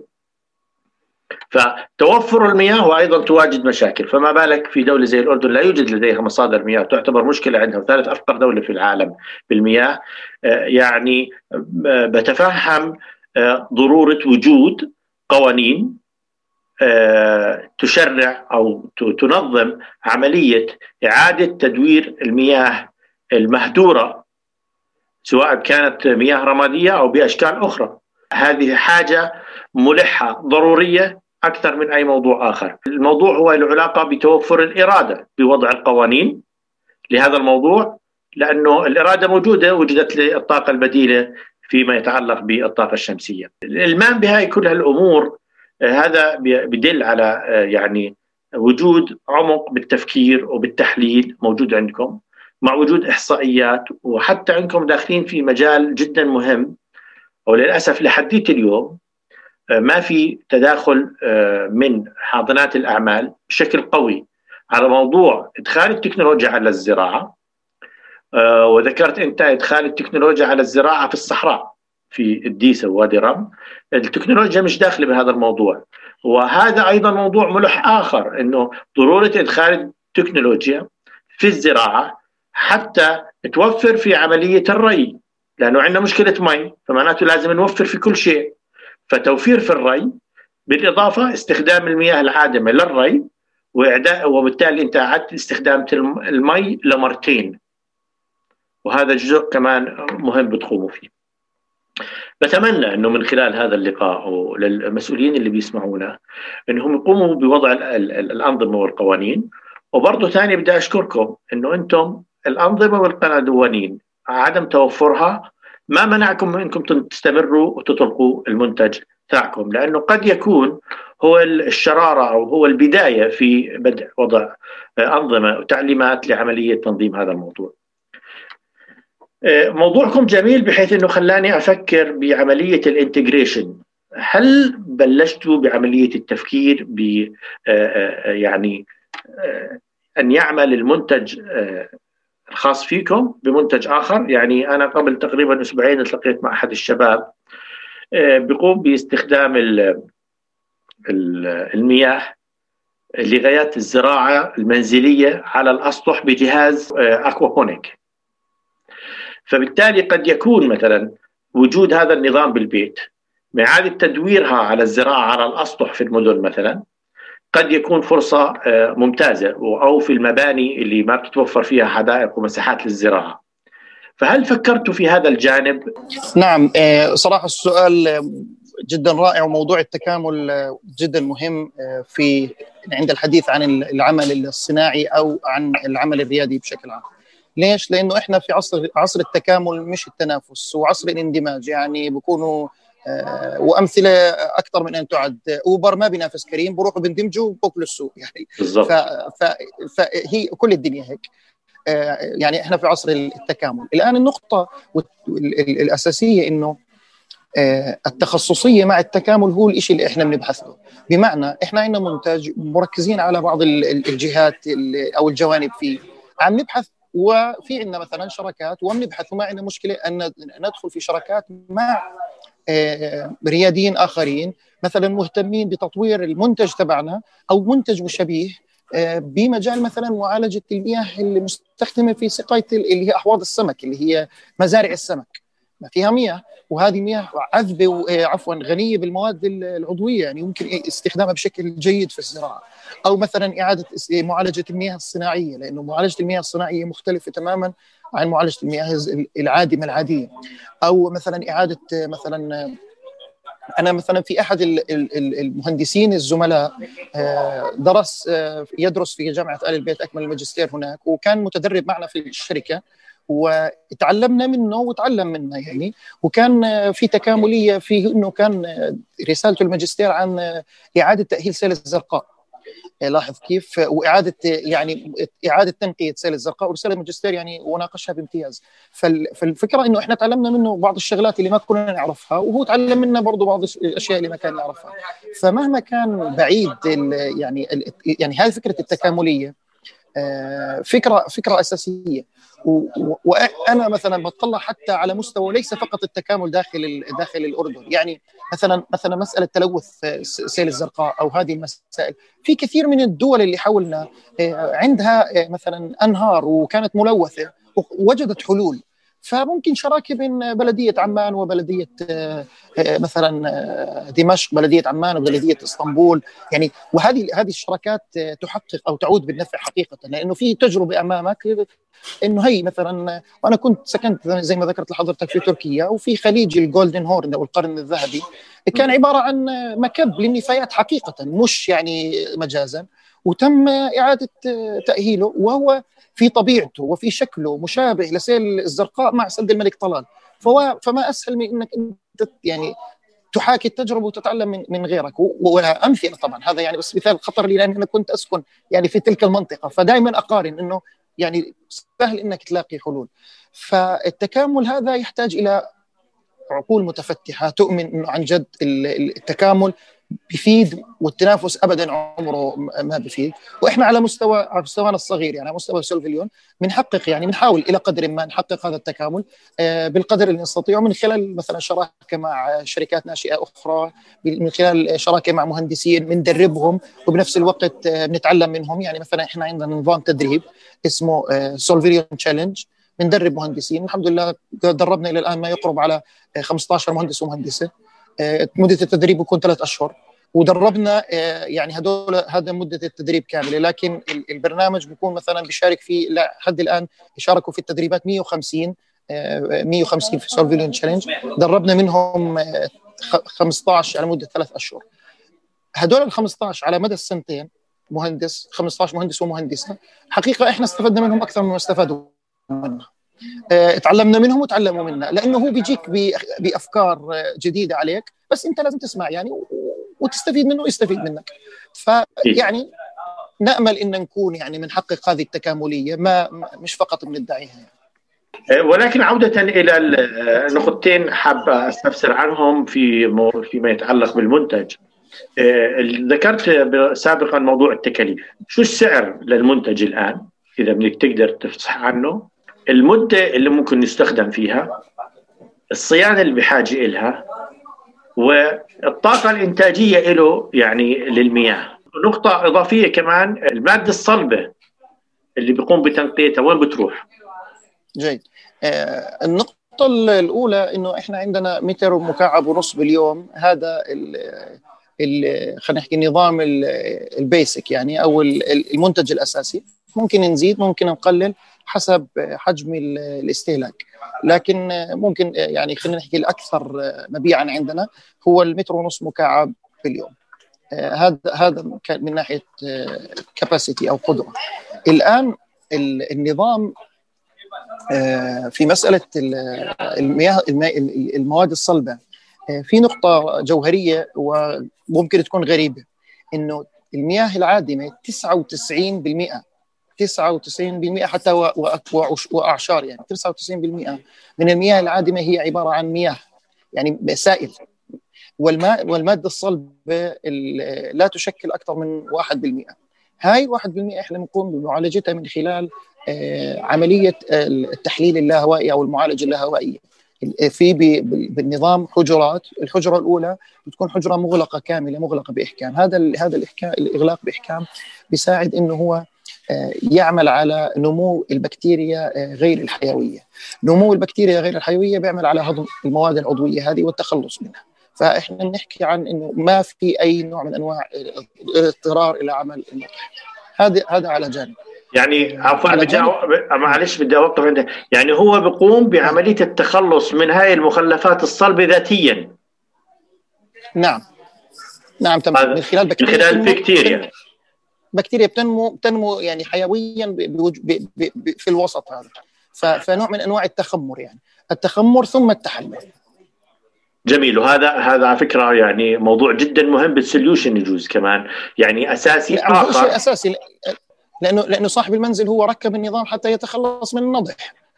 فتوفر المياه وأيضا تواجد مشاكل، فما بالك في دولة زي الأردن لا يوجد لديها مصادر مياه، تعتبر مشكلة عندها، ثالث أفقر دولة في العالم بالمياه. يعني بتفهم ضرورة وجود قوانين تشرع أو تنظم عملية إعادة تدوير المياه المهدورة، سواء كانت مياه رمادية أو بأشكال أخرى. هذه حاجة ملحة ضرورية أكثر من أي موضوع آخر. الموضوع هو العلاقة بتوفر الإرادة بوضع القوانين لهذا الموضوع، لأنه الإرادة موجودة، وجدت للطاقة البديلة فيما يتعلق بالطاقة الشمسية. الإلمام بهاي كل هالأمور هذا بدل على يعني وجود عمق بالتفكير وبالتحليل موجود عندكم، مع وجود إحصائيات، وحتى عندكم داخلين في مجال جدا مهم. وللأسف لحديت اليوم ما في تداخل من حاضنات الأعمال بشكل قوي على موضوع إدخال التكنولوجيا على الزراعة. وذكرت أنت إدخال التكنولوجيا على الزراعة في الصحراء في الديسة ووادي رم، التكنولوجيا مش داخلة بهذا الموضوع. وهذا أيضا موضوع ملح آخر، أنه ضرورة إدخال التكنولوجيا في الزراعة حتى توفر في عملية الري، لأنه عندنا مشكلة مي، فمعناته لازم نوفر في كل شيء. فتوفير في الري بالإضافة استخدام المياه العادمة للري وإعداء، وبالتالي أنت أعدت استخدام المي لمرتين، وهذا جزء كمان مهم بتقوموا فيه. بتمنى أنه من خلال هذا اللقاء وللمسؤولين اللي بيسمعونا أنهم يقوموا بوضع الأنظمة والقوانين. وبرضو ثاني بدي أشكركم أنه أنتم الأنظمة والقوانين عدم توفرها ما منعكم من أنكم تستمروا وتطلقوا المنتج تاعكم، لأنه قد يكون هو الشرارة أو هو البداية في بدء وضع أنظمة وتعليمات لعملية تنظيم هذا الموضوع. موضوعكم جميل بحيث أنه خلاني أفكر بعملية الانتجريشن. هل بلشتوا بعملية التفكير ب يعني أن يعمل المنتج الخاص فيكم بمنتج آخر؟ يعني أنا قبل تقريبا أسبوعين التقيت مع أحد الشباب بيقوم باستخدام المياه لغايات الزراعة المنزلية على الأسطح بجهاز أكوابونيك. فبالتالي قد يكون مثلا وجود هذا النظام بالبيت مع إعادة تدويرها على الزراعة على الأسطح في المدن مثلا قد يكون فرصة ممتازة، أو في المباني اللي ما بتتوفر فيها حدائق ومساحات للزراعة. فهل فكرتوا في هذا الجانب؟ نعم، صراحة السؤال جدا رائع، وموضوع التكامل جدا مهم في عند الحديث عن العمل الصناعي أو عن العمل الريادي بشكل عام. ليش؟ لأنه إحنا في عصر عصر التكامل مش التنافس، وعصر الاندماج. يعني بيكونوا وأمثلة أكثر من أن تعد. أوبر ما بينافس كريم، بروحوا بندمجوا وبوكلوا السوق يعني. بالضبط. فهي كل الدنيا هيك. يعني إحنا في عصر التكامل. الآن النقطة الأساسية إنه التخصصية مع التكامل هو الإشي اللي إحنا بنبحث له. بمعنى إحنا عندنا منتج مركزين على بعض الجهات أو الجوانب فيه، عم نبحث، وفي عندنا مثلا شراكات وبنبحث، وما عندنا مشكلة أن ندخل في شراكات مع رياديين آخرين مثلا مهتمين بتطوير المنتج تبعنا أو منتج مشابه بمجال مثلا معالجة المياه المستخدمة في سقاية اللي هي أحواض السمك، اللي هي مزارع السمك. ما فيها مياه، وهذه مياه عذبة وعفوا غنية بالمواد العضوية، يعني يمكن استخدامها بشكل جيد في الزراعة. أو مثلا إعادة معالجة المياه الصناعية، لأنه معالجة المياه الصناعية مختلفة تماما عن معالجة المياه العادمة العادية. أو مثلا إعادة مثلا، أنا مثلا في أحد المهندسين الزملاء درس يدرس في جامعة آل البيت أكمل الماجستير هناك، وكان متدرب معنا في الشركة، وتعلمنا منه وتعلم منا يعني. وكان في تكاملية فيه، إنه كان رسالته الماجستير عن إعادة تأهيل سيل الزرقاء. لاحظ كيف، وإعادة يعني إعادة تنقية سيل الزرقاء، ورسالة الماجستير يعني وناقشها بامتياز. فالفكرة إنه إحنا تعلمنا منه بعض الشغلات اللي ما كنا نعرفها، وهو تعلم منا برضو بعض الأشياء اللي ما كان نعرفها. فمهما كان بعيد يعني يعني هذه فكرة التكاملية فكرة فكرة أساسية. وأنا مثلا بطلع حتى على مستوى ليس فقط التكامل داخل داخل الأردن. يعني مثلا مثلا مسألة تلوث سيل الزرقاء أو هذه المسائل، في كثير من الدول اللي حولنا عندها مثلا أنهار وكانت ملوثة ووجدت حلول. فممكن شراكة بين بلدية عمان وبلدية مثلا دمشق، بلدية عمان وبلدية اسطنبول يعني. وهذه هذه الشراكات تحقق أو تعود بالنفع حقيقة، لأنه في تجربة أمامك. إنه هي مثلا، وأنا كنت سكنت زي ما ذكرت لحضرتك في تركيا، وفي خليج الجولدن هورن أو القرن الذهبي كان عبارة عن مكب للنفايات حقيقة، مش يعني مجازا، وتم إعادة تأهيله، وهو في طبيعته وفي شكله مشابه لسيل الزرقاء مع سد الملك طلال. فهو فما أسهل من إنك أنت يعني تحاكي التجربة وتتعلم من من غيرك. ولا أمثلة طبعا، هذا يعني بس مثال خطر لي، لأن أنا كنت أسكن يعني في تلك المنطقة، فدائما أقارن إنه يعني سهل إنك تلاقي حلول. فالتكامل هذا يحتاج إلى عقول متفتحة تؤمن إنه عن جد التكامل بيفيد، والتنافس ابدا عمره ما بيفيد. واحنا على مستوى على مستوانا الصغير، يعني على مستوى سولفيليون بنحقق يعني بنحاول الى قدر ما نحقق هذا التكامل بالقدر اللي نستطيعه، من خلال مثلا شراكه مع شركات ناشئه اخرى، من خلال شراكه مع مهندسين بندربهم وبنفس الوقت بنتعلم منهم. يعني مثلا احنا عندنا نظام تدريب اسمه سولفيليون تشالنج، بندرب مهندسين. الحمد لله دربنا الى الان ما يقرب على خمسة عشر مهندس ومهندسه. مدة التدريب بيكون ثلاث أشهر، ودربنا يعني هدول هذا مدة التدريب كاملة. لكن البرنامج بيكون مثلا بيشارك فيه لحد الآن يشاركوا في التدريبات مية وخمسين مية وخمسين في سولفيليون تشالنج. دربنا منهم خمسة عشر على مدة ثلاث أشهر. هدول ال خمسة عشر على مدى السنتين مهندس، خمسة عشر مهندس ومهندسة، حقيقة إحنا استفدنا منهم أكثر مما استفادوا منا. تعلمنا منهم وتعلموا منا، لأنه هو بيجيك بأفكار جديدة عليك، بس أنت لازم تسمع يعني وتستفيد منه ويستفيد منك. فيعني نأمل إن نكون يعني بنحقق هذه التكاملية، ما مش فقط بندعيها يعني. ولكن عودة إلى النقطتين حاب أستفسر عنهم في فيما يتعلق بالمنتج. ذكرت سابقا موضوع التكاليف. شو السعر للمنتج الآن إذا بدك تقدر تفصح عنه؟ المدة اللي ممكن يستخدم فيها، الصيانة اللي بحاجة إلها، والطاقة الإنتاجية له يعني للمياه. نقطة إضافية كمان، المادة الصلبة اللي بيقوم بتنقيتها وين بتروح؟ جيد. آه النقطة الأولى إنه إحنا عندنا متر مكعب ونص باليوم. هذا ال خلينا نحكي النظام البيسك يعني، أو المنتج الأساسي. ممكن نزيد ممكن نقلل حسب حجم الاستهلاك، لكن ممكن يعني خلينا نحكي الأكثر مبيعا عندنا هو المتر ونص مكعب في اليوم. هذا هذا من ناحية كاباسيتي أو قدرة. الآن النظام في مسألة المياه المواد الصلبة في نقطة جوهرية وممكن تكون غريبة، إنه المياه العادمة تسعة وتسعين بالمئة تسعة وتسعين بالمئة حتى وأعشار يعني تسعة وتسعين بالمئة من المياه العادمة هي عبارة عن مياه يعني سائل، والماء والمادة الصلبة لا تشكل أكثر من واحد بالمئة. هاي واحد بالمئة إحنا بنقوم بمعالجتها من خلال عملية التحليل اللاهوائي أو المعالجة اللاهوائية. في بالنظام حجرات، الحجرة الأولى بتكون حجرة مغلقة كاملة مغلقة بإحكام. هذا هذا الإغلاق بإحكام بيساعد إنه هو يعمل على نمو البكتيريا غير الحيوية. نمو البكتيريا غير الحيوية بيعمل على هضم المواد العضوية هذه والتخلص منها. فإحنا نحكي عن إنه ما في أي نوع من أنواع الاضطرار إلى عمل النطح. هذا هذا على جانب. يعني عفوا بدي معلش بدي اوقف عندك، يعني هو بيقوم بعمليه التخلص من هاي المخلفات الصلبه ذاتيا. نعم نعم تمام، من خلال بكتيريا من خلال البكتيريا بكتيريا بتنمو بتنمو يعني حيويا في الوسط هذا. فنوع من انواع التخمر، يعني التخمر ثم التحلل. جميل. وهذا هذا على فكره يعني موضوع جدا مهم بالسوليوشن، يجوز كمان يعني اساسي اخر شيء اساسي، لانه لانه صاحب المنزل هو ركب النظام حتى يتخلص من النضح.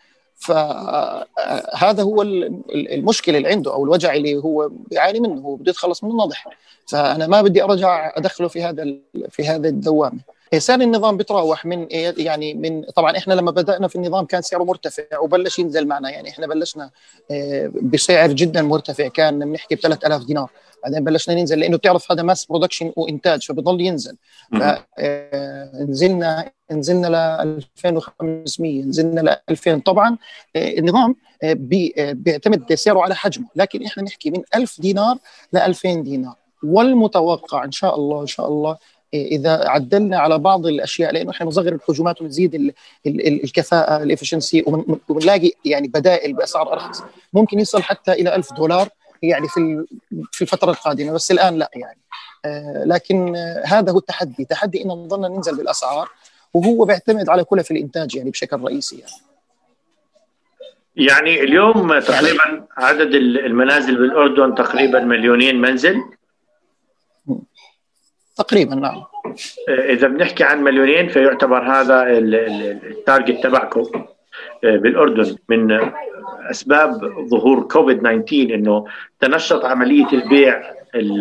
فهذا هو المشكله اللي عنده او الوجع اللي هو بيعاني منه، هو بده يتخلص من النضح. فانا ما بدي ارجع ادخله في هذا في هذا الدوامه. إحسان النظام بتراوح من يعني من طبعا احنا لما بدأنا في النظام كان سعره مرتفع وبلش ينزل معنا. يعني احنا بلشنا بسعر جدا مرتفع، كان بنحكي ب ثلاثة آلاف دينار، بعدين بلشنا ننزل لانه بتعرف هذا ماس برودكشن وانتاج فبضل ينزل. فنزلنا نزلنا ل ألفين وخمسمئة، نزلنا ل ألفين. طبعا النظام بيعتمد سعره على حجمه، لكن احنا نحكي من ألف دينار ل ألفين دينار. والمتوقع ان شاء الله ان شاء الله اذا عدلنا على بعض الاشياء، لانه احنا بنصغر الحجومات ونزيد ال ال الكفاءه الافشنسي وبنلاقي يعني بدائل باسعار ارخص، ممكن يصل حتى الى ألف دولار يعني في في الفتره القادمه. بس الان لا يعني آه لكن آه هذا هو التحدي، تحدي ان نظلنا ننزل بالاسعار، وهو بيعتمد على كلف الانتاج يعني بشكل رئيسي. يعني يعني اليوم تقريبا يعني عدد المنازل بالاردن تقريبا مليونين منزل تقريبا. نعم، إذا بنحكي عن مليونين فيعتبر هذا التارجت تبعكم بالأردن. من أسباب ظهور كوفيد تسعة عشر إنه تنشط عملية البيع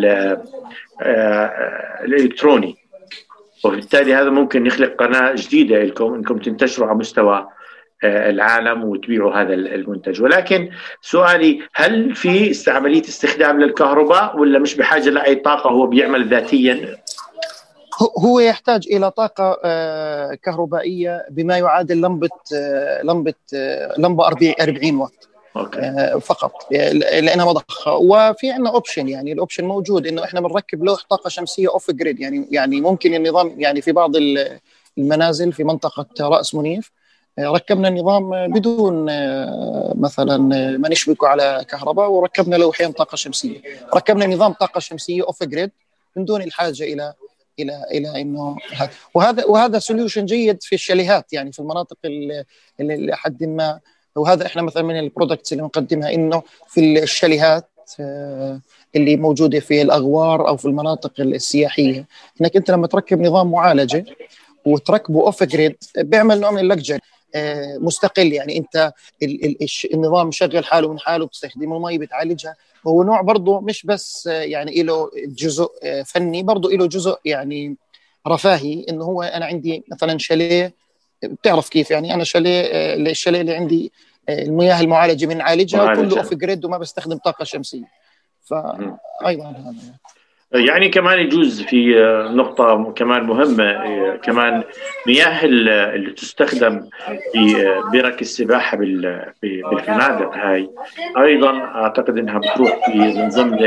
الإلكتروني، وبالتالي هذا ممكن يخلق قناة جديدة لكم إنكم تنتشروا على مستوى العالم وتبيعوا هذا المنتج. ولكن سؤالي، هل في عملية استخدام للكهرباء ولا مش بحاجة لأي طاقة، هو بيعمل ذاتيا؟ هو يحتاج إلى طاقة كهربائية بما يعادل لمبة لمبة لمبة أربعين واط أوكي. فقط، لأنها مضخة. وفي عندنا أوبشن، يعني الأوبشن موجود إنه إحنا بنركب لوح طاقة شمسية أوف جريد. يعني يعني ممكن النظام يعني في بعض المنازل في منطقة رأس منيف ركبنا النظام بدون مثلا ما نشبكه على كهرباء، وركبنا لوحين طاقة شمسية، ركبنا نظام طاقة شمسية أوف جريد من دون الحاجة إلى الى الى انه هذا وهذا وهذا سوليوشن جيد في الشاليهات، يعني في المناطق اللي لحد ما. وهذا احنا مثلا من البرودكتس اللي بنقدمها انه في الشاليهات اللي موجوده في الاغوار او في المناطق السياحيه، انك انت لما تركب نظام معالجه وتركبه اوف جريد بيعمل نوع من اللكجري مستقل. يعني انت النظام مشغل حاله من حاله، بتستخدم المي بتعالجها. هو نوع برضه مش بس يعني له جزء فني، برضه له جزء يعني رفاهي. انه هو انا عندي مثلا شاليه، بتعرف كيف يعني انا شاليه الشاليه اللي عندي المياه المعالجه بنعالجها وكله اوف جريد وما بستخدم طاقه شمسيه. فايضا هذا يعني كمان يجوز في نقطة كمان مهمة، كمان مياه اللي تستخدم في برك السباحة بالفنادق هاي أيضا أعتقد أنها بتروح في من ضمن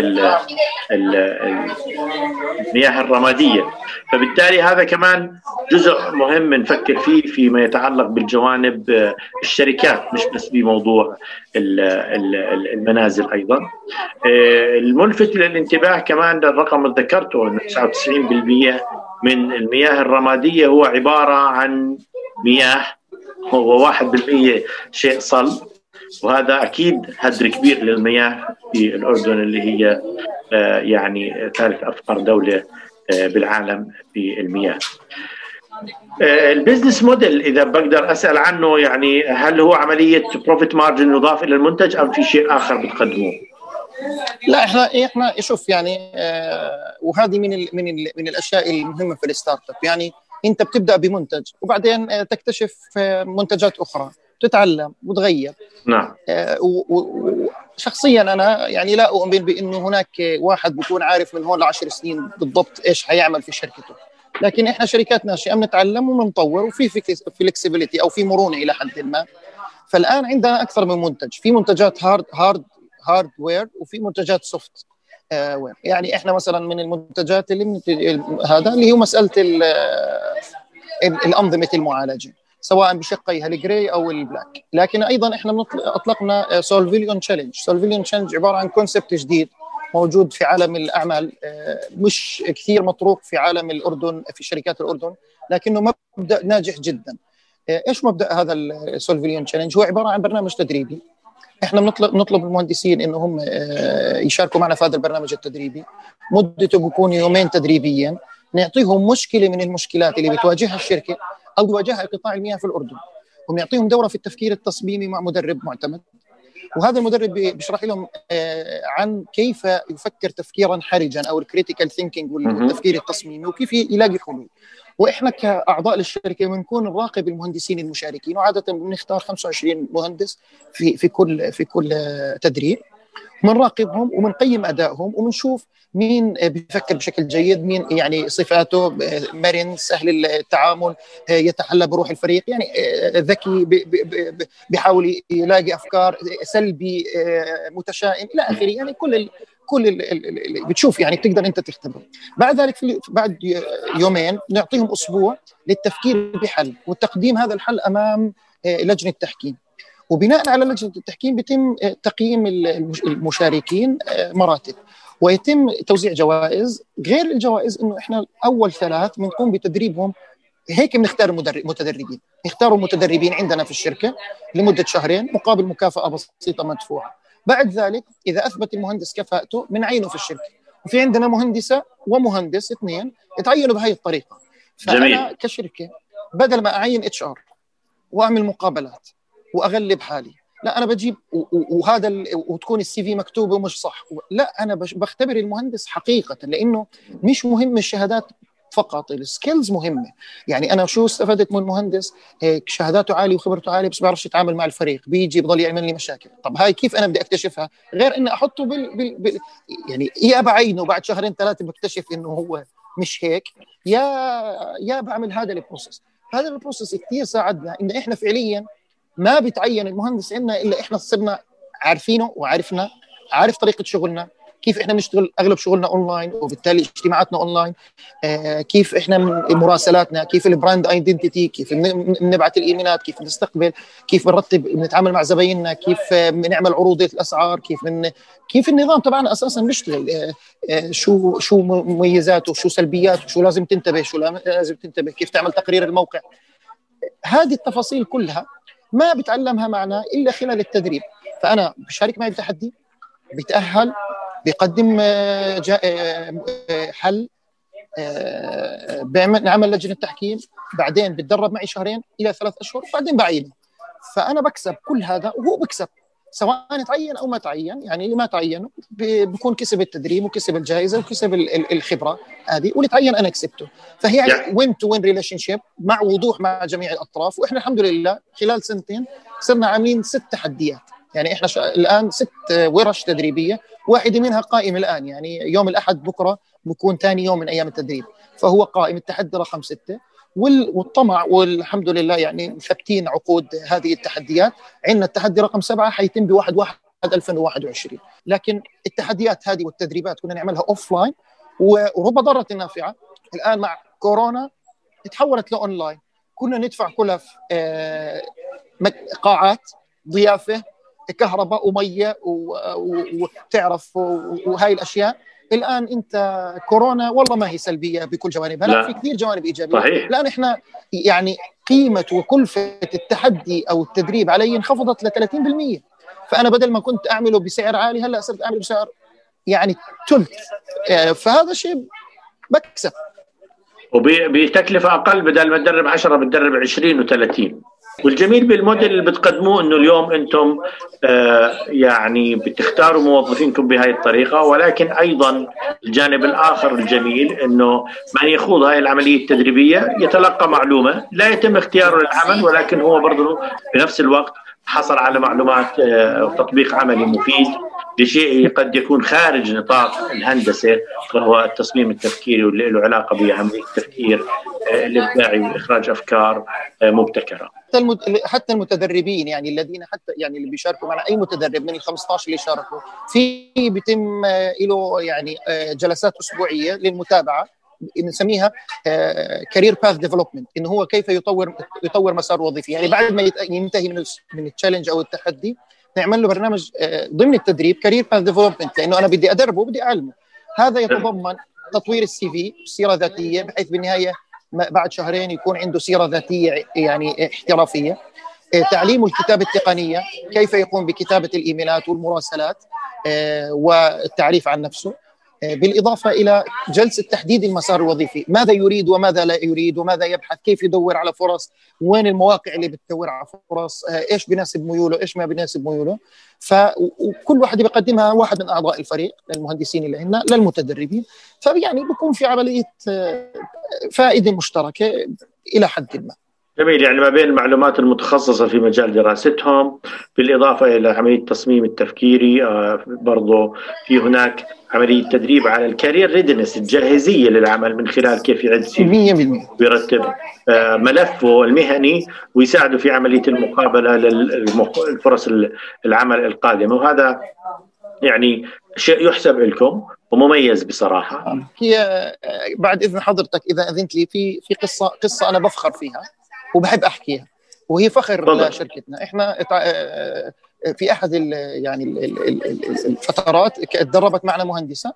المياه الرمادية. فبالتالي هذا كمان جزء مهم نفكر فيه فيما يتعلق بالجوانب الشركات، مش بس بموضوع المنازل. أيضا الملفت للانتباه كمان للرقم اللي ذكرته أن تسعة وتسعين بالمئة من المياه الرمادية هو عبارة عن مياه، هو واحد بالمئة شيء صلب، وهذا أكيد هدر كبير للمياه في الأردن اللي هي يعني ثالث أفقر دولة بالعالم في المياه. البيزنس موديل إذا بقدر أسأل عنه، يعني هل هو عملية بروفيت مارجن يضاف إلى المنتج أم في شيء آخر بتقدموه؟ لا احنا احنا شوف يعني آه وهذه من ال من ال من الاشياء المهمه في الستارت اب. يعني انت بتبدا بمنتج وبعدين آه تكتشف آه منتجات اخرى، تتعلم وتغير. نعم. آه وشخصيا انا يعني لا اؤمن بانه هناك واحد بيكون عارف من هون لعشر سنين بالضبط ايش هيعمل في شركته، لكن احنا شركات ناشئه بنتعلم وبنطور، وفي فلكسبيليتي او في مرونه الى حد ما. فالان عندنا اكثر من منتج، في منتجات هارد هارد هاردوير وفي منتجات سوفت وير. يعني احنا مثلا من المنتجات اللي من هذا اللي هو مساله الانظمه المعالجه سواء بشقيها الجراي او البلاك. لكن ايضا احنا اطلقنا سولفيليون تشالنج. سولفيليون تشالنج عباره عن كونسبت جديد موجود في عالم الاعمال، مش كثير مطروق في عالم الاردن في شركات الاردن، لكنه مبدا ناجح جدا. ايش مبدا هذا السولفيليون تشالنج؟ هو عباره عن برنامج تدريبي. احنا بنطلب نطلب المهندسين انه هم يشاركوا معنا في هذا البرنامج التدريبي، مدته بيكون يومين تدريبيا، نعطيهم مشكله من المشكلات اللي بتواجهها الشركه او بيواجهها قطاع المياه في الاردن، ونعطيهم دوره في التفكير التصميمي مع مدرب معتمد. وهذا المدرب بيشرح لهم عن كيف يفكر تفكيرا حرجا او الكريتيكال ثينكينج والتفكير التصميمي وكيف يلاقي حلول. واحنا كاعضاء للشركه بنكون نراقب المهندسين المشاركين، وعاده بنختار خمسة وعشرين مهندس في في كل في كل تدريب، بنراقبهم وبنقيم ادائهم وبنشوف مين بيفكر بشكل جيد، مين يعني صفاته مرن سهل التعامل يتحلى بروح الفريق، يعني ذكي بيحاول يلاقي افكار، سلبي متشائم الى اخره. يعني كل كل اللي بتشوف يعني بتقدر انت تختبره. بعد ذلك في بعد يومين نعطيهم اسبوع للتفكير بحل وتقديم هذا الحل امام لجنه التحكيم، وبناء على لجنه التحكيم بيتم تقييم المشاركين مراتب ويتم توزيع جوائز. غير الجوائز انه احنا اول ثلاث بنقوم بتدريبهم، هيك بنختار المتدربين، نختاروا المتدربين عندنا في الشركه لمده شهرين مقابل مكافاه بسيطه مدفوعه. بعد ذلك اذا اثبت المهندس كفاءته بنعينه في الشركه، وفي عندنا مهندسه ومهندس اثنين يتعينوا بهي الطريقه. فانا جميل. كشركه بدل ما اعين اتش ار واعمل مقابلات واغلب حالي، لا انا بجيب وهذا وتكون السي في مكتوبه ومش صح، لا انا بختبر المهندس حقيقه، لانه مش مهم الشهادات فقط، السكيلز مهمه. يعني انا شو استفدت من المهندس هيك شهاداته عاليه وخبرته عاليه بس بيعرفش يتعامل مع الفريق، بيجي بضل يعمل لي مشاكل. طب هاي كيف انا بدي اكتشفها غير اني احطه بال, بال... بال... يعني يا بعينه بعد شهرين ثلاثه بكتشف انه هو مش هيك، يا يا بعمل هذا البروسيس. هذا البروسيس كثير ساعدنا ان احنا فعليا ما بتعين المهندس عندنا الا احنا صرنا عارفينه وعرفنا عارف طريقه شغلنا، كيف احنا بنشتغل اغلب شغلنا اونلاين وبالتالي اجتماعاتنا اونلاين، آه كيف احنا مراسلاتنا، كيف البراند ايدنتيتي، كيف بنبعث الايميلات، كيف بنستقبل، كيف بنرتب بنتعامل مع زبايننا، كيف بنعمل عروض الاسعار، كيف من كيف النظام تبعنا اساسا بيشتغل، آه آه شو شو مميزاته، شو سلبياته، شو لازم تنتبه، شو لازم تنتبه، كيف تعمل تقرير الموقع. هذه التفاصيل كلها ما بتعلمها معنا إلا خلال التدريب. فأنا بشارك معي بتحدي، بيتأهل، بيقدم حل، بنعمل لجنة تحكيم، بعدين بتدرب معي شهرين إلى ثلاث أشهر، بعدين بعينه. فأنا بكسب كل هذا وهو بكسب، سواء تعين أو ما تعين. يعني اللي ما تعين بيكون كسب التدريب وكسب الجائزة وكسب الخبرة هذه، واللي تعين أنا كسبته. فهي يعني وين تو وين ريليشن شيب مع وضوح مع جميع الأطراف. وإحنا الحمد لله خلال سنتين صرنا عاملين ست تحديات يعني احنا الان ست ورش تدريبيه، واحده منها قائمه الان، يعني يوم الاحد بكره بكون ثاني يوم من ايام التدريب، فهو قائم التحدي رقم ستة. والطمع والحمد لله يعني مثبتين عقود هذه التحديات. عندنا التحدي رقم سبعة حيتم بواحد واحد ألفين وواحد وعشرين، لكن التحديات هذه والتدريبات كنا نعملها اوف لاين، ورب ضارة نافعة. الان مع كورونا تحولت لاونلاين، كنا ندفع كلف قاعات، ضيافه، كهرباء وميه وتعرف وهاي الاشياء. الان انت كورونا والله ما هي سلبيه بكل جوانبها، لا, لا في كثير جوانب ايجابيه. صحيح. الان احنا يعني قيمه وكلفه التحدي او التدريب علي انخفضت ل ثلاثين بالمئة، فانا بدل ما كنت اعمله بسعر عالي هلا صرت اعمله بسعر يعني ثلث، فهذا شيء بكسب وبتكلفه اقل. بدل ما تدرب عشرة بتدرب عشرين وثلاثين. والجميل بالموديل اللي بتقدموه انه اليوم انتم آه يعني بتختاروا موظفينكم بهاي الطريقه، ولكن ايضا الجانب الاخر الجميل انه من يخوض هاي العمليه التدريبيه يتلقى معلومه، لا يتم اختياره للعمل، ولكن هو برضه بنفس الوقت حصل على معلومات آه وتطبيق عملي مفيد لشيء قد يكون خارج نطاق الهندسه، وهو التصميم التفكيري واللي له علاقه بعمليه التفكير آه الابداعي واخراج افكار آه مبتكره. حتى المتدربين يعني الذين حتى يعني اللي بيشاركوا معنا، اي متدرب من ال خمسة عشر اللي شاركوا في بيتم له يعني جلسات اسبوعيه للمتابعه، بنسميها كارير باث ديفلوبمنت، انه هو كيف يطور يطور مسار وظيفي. يعني بعد ما ينتهي من من التشالنج او التحدي نعمل له برنامج ضمن التدريب كارير باث ديفلوبمنت، لانه انا بدي ادربه وبدي اعلمه. هذا يتضمن تطوير السي في، سيره ذاتيه، بحيث بالنهايه بعد شهرين يكون عنده سيرة ذاتية يعني احترافية، تعليم الكتابة التقنية، كيف يقوم بكتابة الإيميلات والمراسلات والتعريف عن نفسه، بالإضافة إلى جلسة تحديد المسار الوظيفي، ماذا يريد وماذا لا يريد وماذا يبحث، كيف يدور على فرص، وين المواقع اللي بتدور على فرص، إيش بيناسب ميوله إيش ما بيناسب ميوله. فكل واحد بيقدمها واحد من أعضاء الفريق المهندسين اللي عندنا للمتدربين، فيعني بيكون في عملية فائدة مشتركة إلى حد ما. جميل. يعني ما بين المعلومات المتخصصة في مجال دراستهم بالإضافة إلى عملية التصميم التفكيري، آه برضو في هناك عملية تدريب على الكارير ريدنس، الجاهزية للعمل، من خلال كيف يعد سي في ويرتب آه ملفه المهني ويساعده في عملية المقابلة للفرص العمل القادمة. وهذا يعني شيء يحسب لكم ومميز بصراحة. هي بعد إذن حضرتك إذا أذنت لي في في قصة قصة أنا بفخر فيها وبحب أحكيها، وهي فخر طبعا لشركتنا. إحنا في أحد ال يعني الفترات تدربت معنا مهندسة،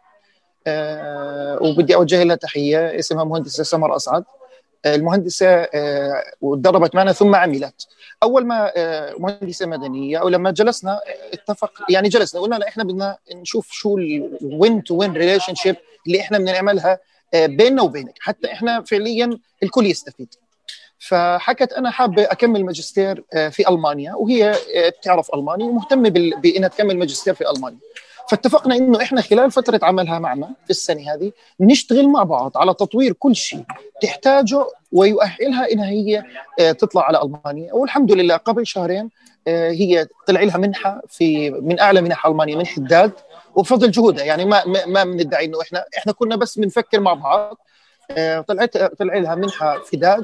وبدي أوجه لها تحية، اسمها مهندسة سمر أسعد. المهندسة وتدربت معنا ثم عملت. أول ما مهندسة مدنية، أو لما جلسنا اتفق يعني جلسنا قلنا لا إحنا بدنا نشوف شو الوين تو وين ريليشن شيب اللي إحنا بدنا نعملها بيننا وبينك حتى إحنا فعليا الكل يستفيد. فحكت أنا حابة أكمل ماجستير في ألمانيا، وهي بتعرف ألماني ومهتمة بأنها تكمل ماجستير في ألمانيا. فاتفقنا إنه إحنا خلال فترة عملها معنا في السنة هذه نشتغل مع بعض على تطوير كل شيء تحتاجه ويؤهلها إنها هي تطلع على ألمانيا. والحمد لله قبل شهرين هي طلع لها منحة في من أعلى منح ألمانيا، منحة داد، وبفضل جهودها. يعني ما ما بندعي إنه إحنا إحنا كنا بس بنفكر مع بعض. طلعت طلع لها منحة في داد،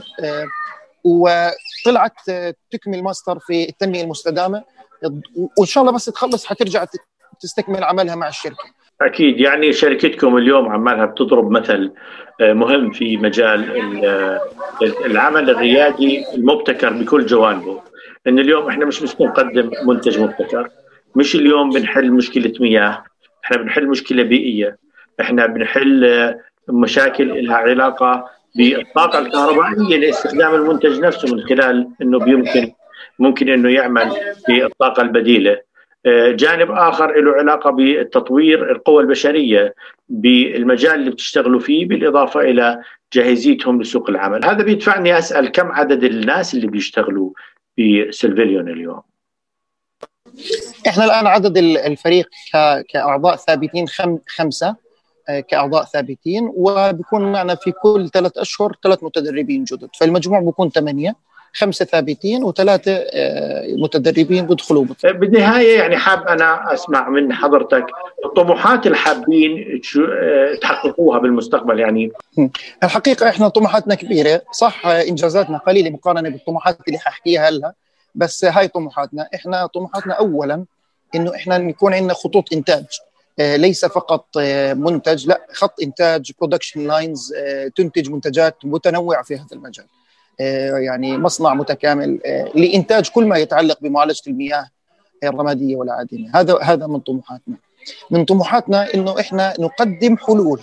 وطلعت تكمل ماستر في التنمية المستدامة، وإن شاء الله بس تخلص حترجع تستكمل عملها مع الشركة. أكيد. يعني شركتكم اليوم عمالها بتضرب مثل مهم في مجال العمل الريادي المبتكر بكل جوانبه. إن اليوم إحنا مش بس نقدم منتج مبتكر، مش اليوم بنحل مشكلة مياه، إحنا بنحل مشكلة بيئية، إحنا بنحل مشاكل لها علاقة بالطاقة الكهربائية لاستخدام المنتج نفسه، من خلال إنه بيمكن ممكن إنه يعمل بالطاقة البديلة. جانب آخر له علاقة بالتطوير القوى البشرية بالمجال اللي بتشتغلوا فيه، بالإضافة إلى جاهزيتهم لسوق العمل. هذا بيدفعني أسأل كم عدد الناس اللي بيشتغلوا بسيلفيليون اليوم؟ إحنا الآن عدد الفريق كأعضاء ثابتين خمسة كأعضاء ثابتين، وبيكون معنا في كل ثلاث أشهر ثلاث متدربين جدد، فالمجموع بيكون ثمانية. خمسه ثابتين وثلاثه متدربين بيدخلوا. بالنهايه يعني حاب انا اسمع من حضرتك الطموحات اللي حابين تحققوها بالمستقبل. يعني الحقيقه احنا طموحاتنا كبيره، صح انجازاتنا قليله مقارنه بالطموحات اللي حاحكيها هلا، بس هاي طموحاتنا. احنا طموحاتنا اولا انه احنا نكون عندنا خطوط انتاج، ليس فقط منتج، لا خط انتاج برودكشن لاينز تنتج منتجات متنوعه في هذا المجال، يعني مصنع متكامل لانتاج كل ما يتعلق بمعالجه المياه الرماديه والعادمه. هذا هذا من طموحاتنا. من طموحاتنا انه احنا نقدم حلول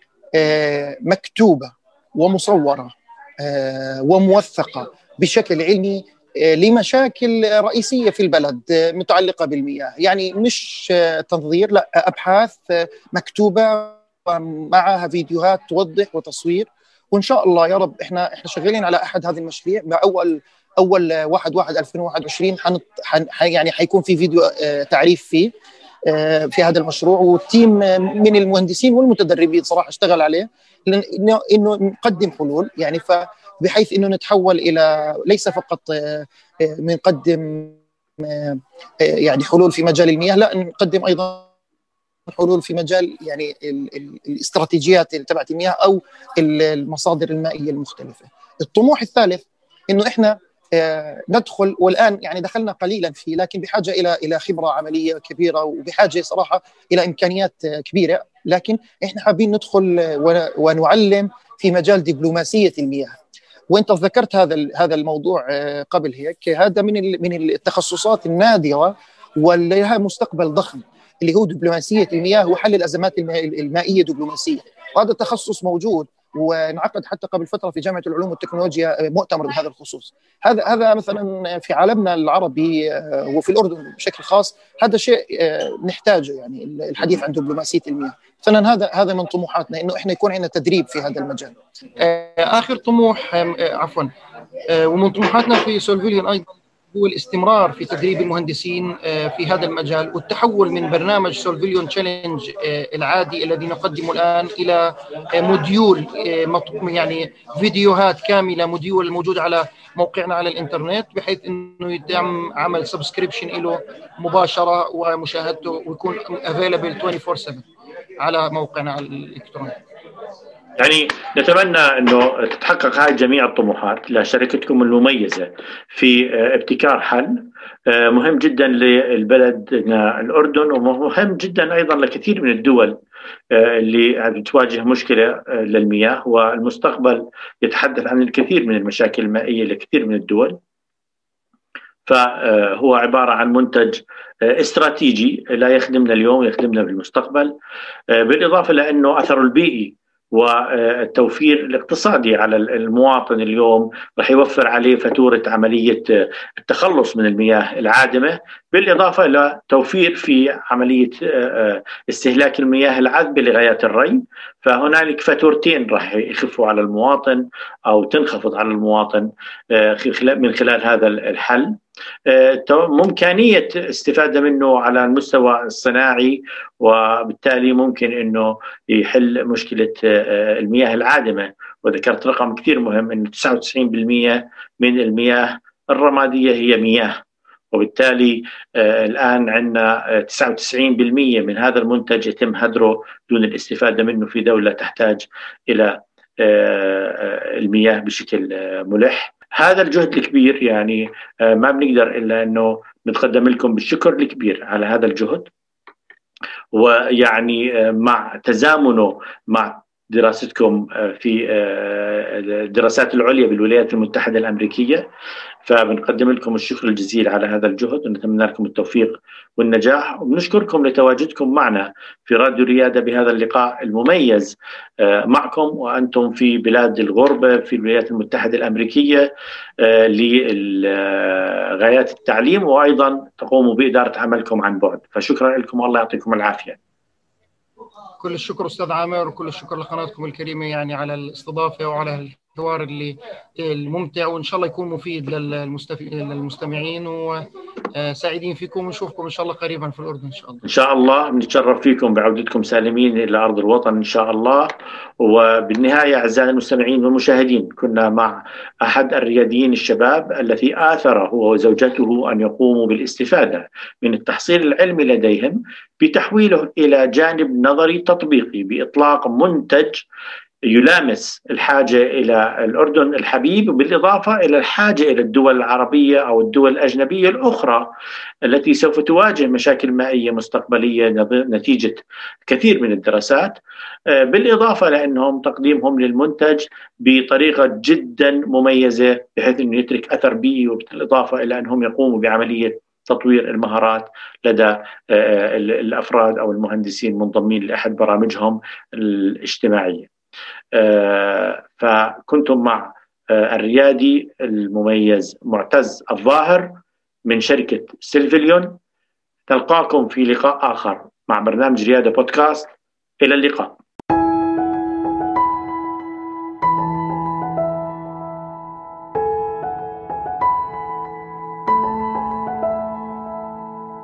مكتوبه ومصوره وموثقه بشكل علمي لمشاكل رئيسيه في البلد متعلقه بالمياه، يعني مش تنظير، لا ابحاث مكتوبه معها فيديوهات توضح وتصوير. وان شاء الله يا رب احنا احنا شغالين على احد هذه المشاريع. مع اول اول واحد واحد ألفين وواحد وعشرين حن يعني حيكون في فيديو تعريف فيه في هذا المشروع، والتيم من المهندسين والمتدربين صراحه اشتغل عليه، انه انه نقدم حلول، يعني بحيث انه نتحول الى ليس فقط نقدم يعني حلول في مجال المياه، لا نقدم ايضا حلول في مجال يعني الاستراتيجيات تبعت المياه او المصادر المائيه المختلفه. الطموح الثالث انه احنا ندخل، والان يعني دخلنا قليلا فيه، لكن بحاجه الى الى خبره عمليه كبيره، وبحاجه صراحه الى امكانيات كبيره. لكن احنا حابين ندخل ونعلم في مجال دبلوماسيه المياه، وانت ذكرت هذا هذا الموضوع قبل هيك. هذا من من التخصصات النادره واللي لها مستقبل ضخم، اللي هو دبلوماسيه المياه وحل الازمات المائيه دبلوماسيه. وهذا التخصص موجود، وانعقد حتى قبل فتره في جامعه العلوم والتكنولوجيا مؤتمر بهذا الخصوص. هذا هذا مثلا في عالمنا العربي وفي الاردن بشكل خاص هذا شيء نحتاجه، يعني الحديث عن دبلوماسيه المياه. فعلا هذا هذا من طموحاتنا، انه احنا يكون عندنا تدريب في هذا المجال. اخر طموح عفوا ومن طموحاتنا في سولفيليون ايضا هو الاستمرار في تدريب المهندسين في هذا المجال، والتحول من برنامج سولفيليون تشالنج العادي الذي نقدمه الآن إلى موديول، يعني فيديوهات كاملة، موديول موجود على موقعنا على الإنترنت، بحيث أنه يتم عمل سبسكريبشن له مباشرة ومشاهدته، ويكون available أربعة وعشرين سبعة على موقعنا الإلكتروني. يعني نتمنى أنه تتحقق هذه جميع الطموحات لشركتكم المميزة في ابتكار حل مهم جدا للبلدنا الأردن، ومهم جدا أيضا لكثير من الدول اللي تواجه مشكلة للمياه، والمستقبل يتحدث عن الكثير من المشاكل المائية لكثير من الدول. فهو عبارة عن منتج استراتيجي لا يخدمنا اليوم، يخدمنا بالمستقبل، بالإضافة لأنه أثره البيئي والتوفير الاقتصادي على المواطن اليوم رح يوفر عليه فاتورة عملية التخلص من المياه العادمة، بالإضافة إلى توفير في عملية استهلاك المياه العذبة لغايات الري. فهنالك فاتورتين رح يخفوا على المواطن أو تنخفض على المواطن من خلال هذا الحل. ممكنية استفادة منه على المستوى الصناعي، وبالتالي ممكن أنه يحل مشكلة المياه العادمة. وذكرت رقم كثير مهم، أنه تسعة وتسعين بالمئة من المياه الرمادية هي مياه، وبالتالي الآن عندنا تسعة وتسعين بالمئة من هذا المنتج يتم هدره دون الاستفادة منه في دولة تحتاج إلى المياه بشكل ملح. هذا الجهد الكبير يعني ما بنقدر إلا أنه نتقدم لكم بالشكر الكبير على هذا الجهد، ويعني مع تزامنه مع دراستكم في الدراسات العليا بالولايات المتحدة الأمريكية، فبنقدم لكم الشكر الجزيل على هذا الجهد، ونتمنى لكم التوفيق والنجاح. وبنشكركم لتواجدكم معنا في راديو ريادة بهذا اللقاء المميز معكم وأنتم في بلاد الغربة في الولايات المتحدة الأمريكية لغايات التعليم، وأيضا تقوموا بإدارة عملكم عن بعد. فشكرا لكم والله يعطيكم العافية. كل الشكر أستاذ عامر، وكل الشكر لقناتكم الكريمة يعني على الاستضافة وعلى الحوار اللي الممتع، وإن شاء الله يكون مفيد للمستمعين، وسعيدين فيكم ونشوفكم إن شاء الله قريبا في الأردن إن شاء الله. إن شاء الله بنتشرف فيكم بعودتكم سالمين إلى أرض الوطن إن شاء الله. وبالنهاية أعزائي المستمعين والمشاهدين، كنا مع أحد الرياديين الشباب الذي آثر هو وزوجته أن يقوموا بالاستفادة من التحصيل العلمي لديهم بتحويله إلى جانب نظري تطبيقي بإطلاق منتج يلامس الحاجة إلى الأردن الحبيب، بالإضافة إلى الحاجة إلى الدول العربية أو الدول الأجنبية الأخرى التي سوف تواجه مشاكل مائية مستقبلية نتيجة كثير من الدراسات، بالإضافة لأنهم تقديمهم للمنتج بطريقة جدا مميزة بحيث أنه يترك أثر بيئي، وبالإضافة إلى أنهم يقوموا بعملية تطوير المهارات لدى الأفراد أو المهندسين المنضمين لأحد برامجهم الاجتماعية. آه فكنتم مع آه الريادي المميز معتز الظاهر من شركة سيلفيليون. نلقاكم في لقاء آخر مع برنامج ريادة بودكاست. إلى اللقاء.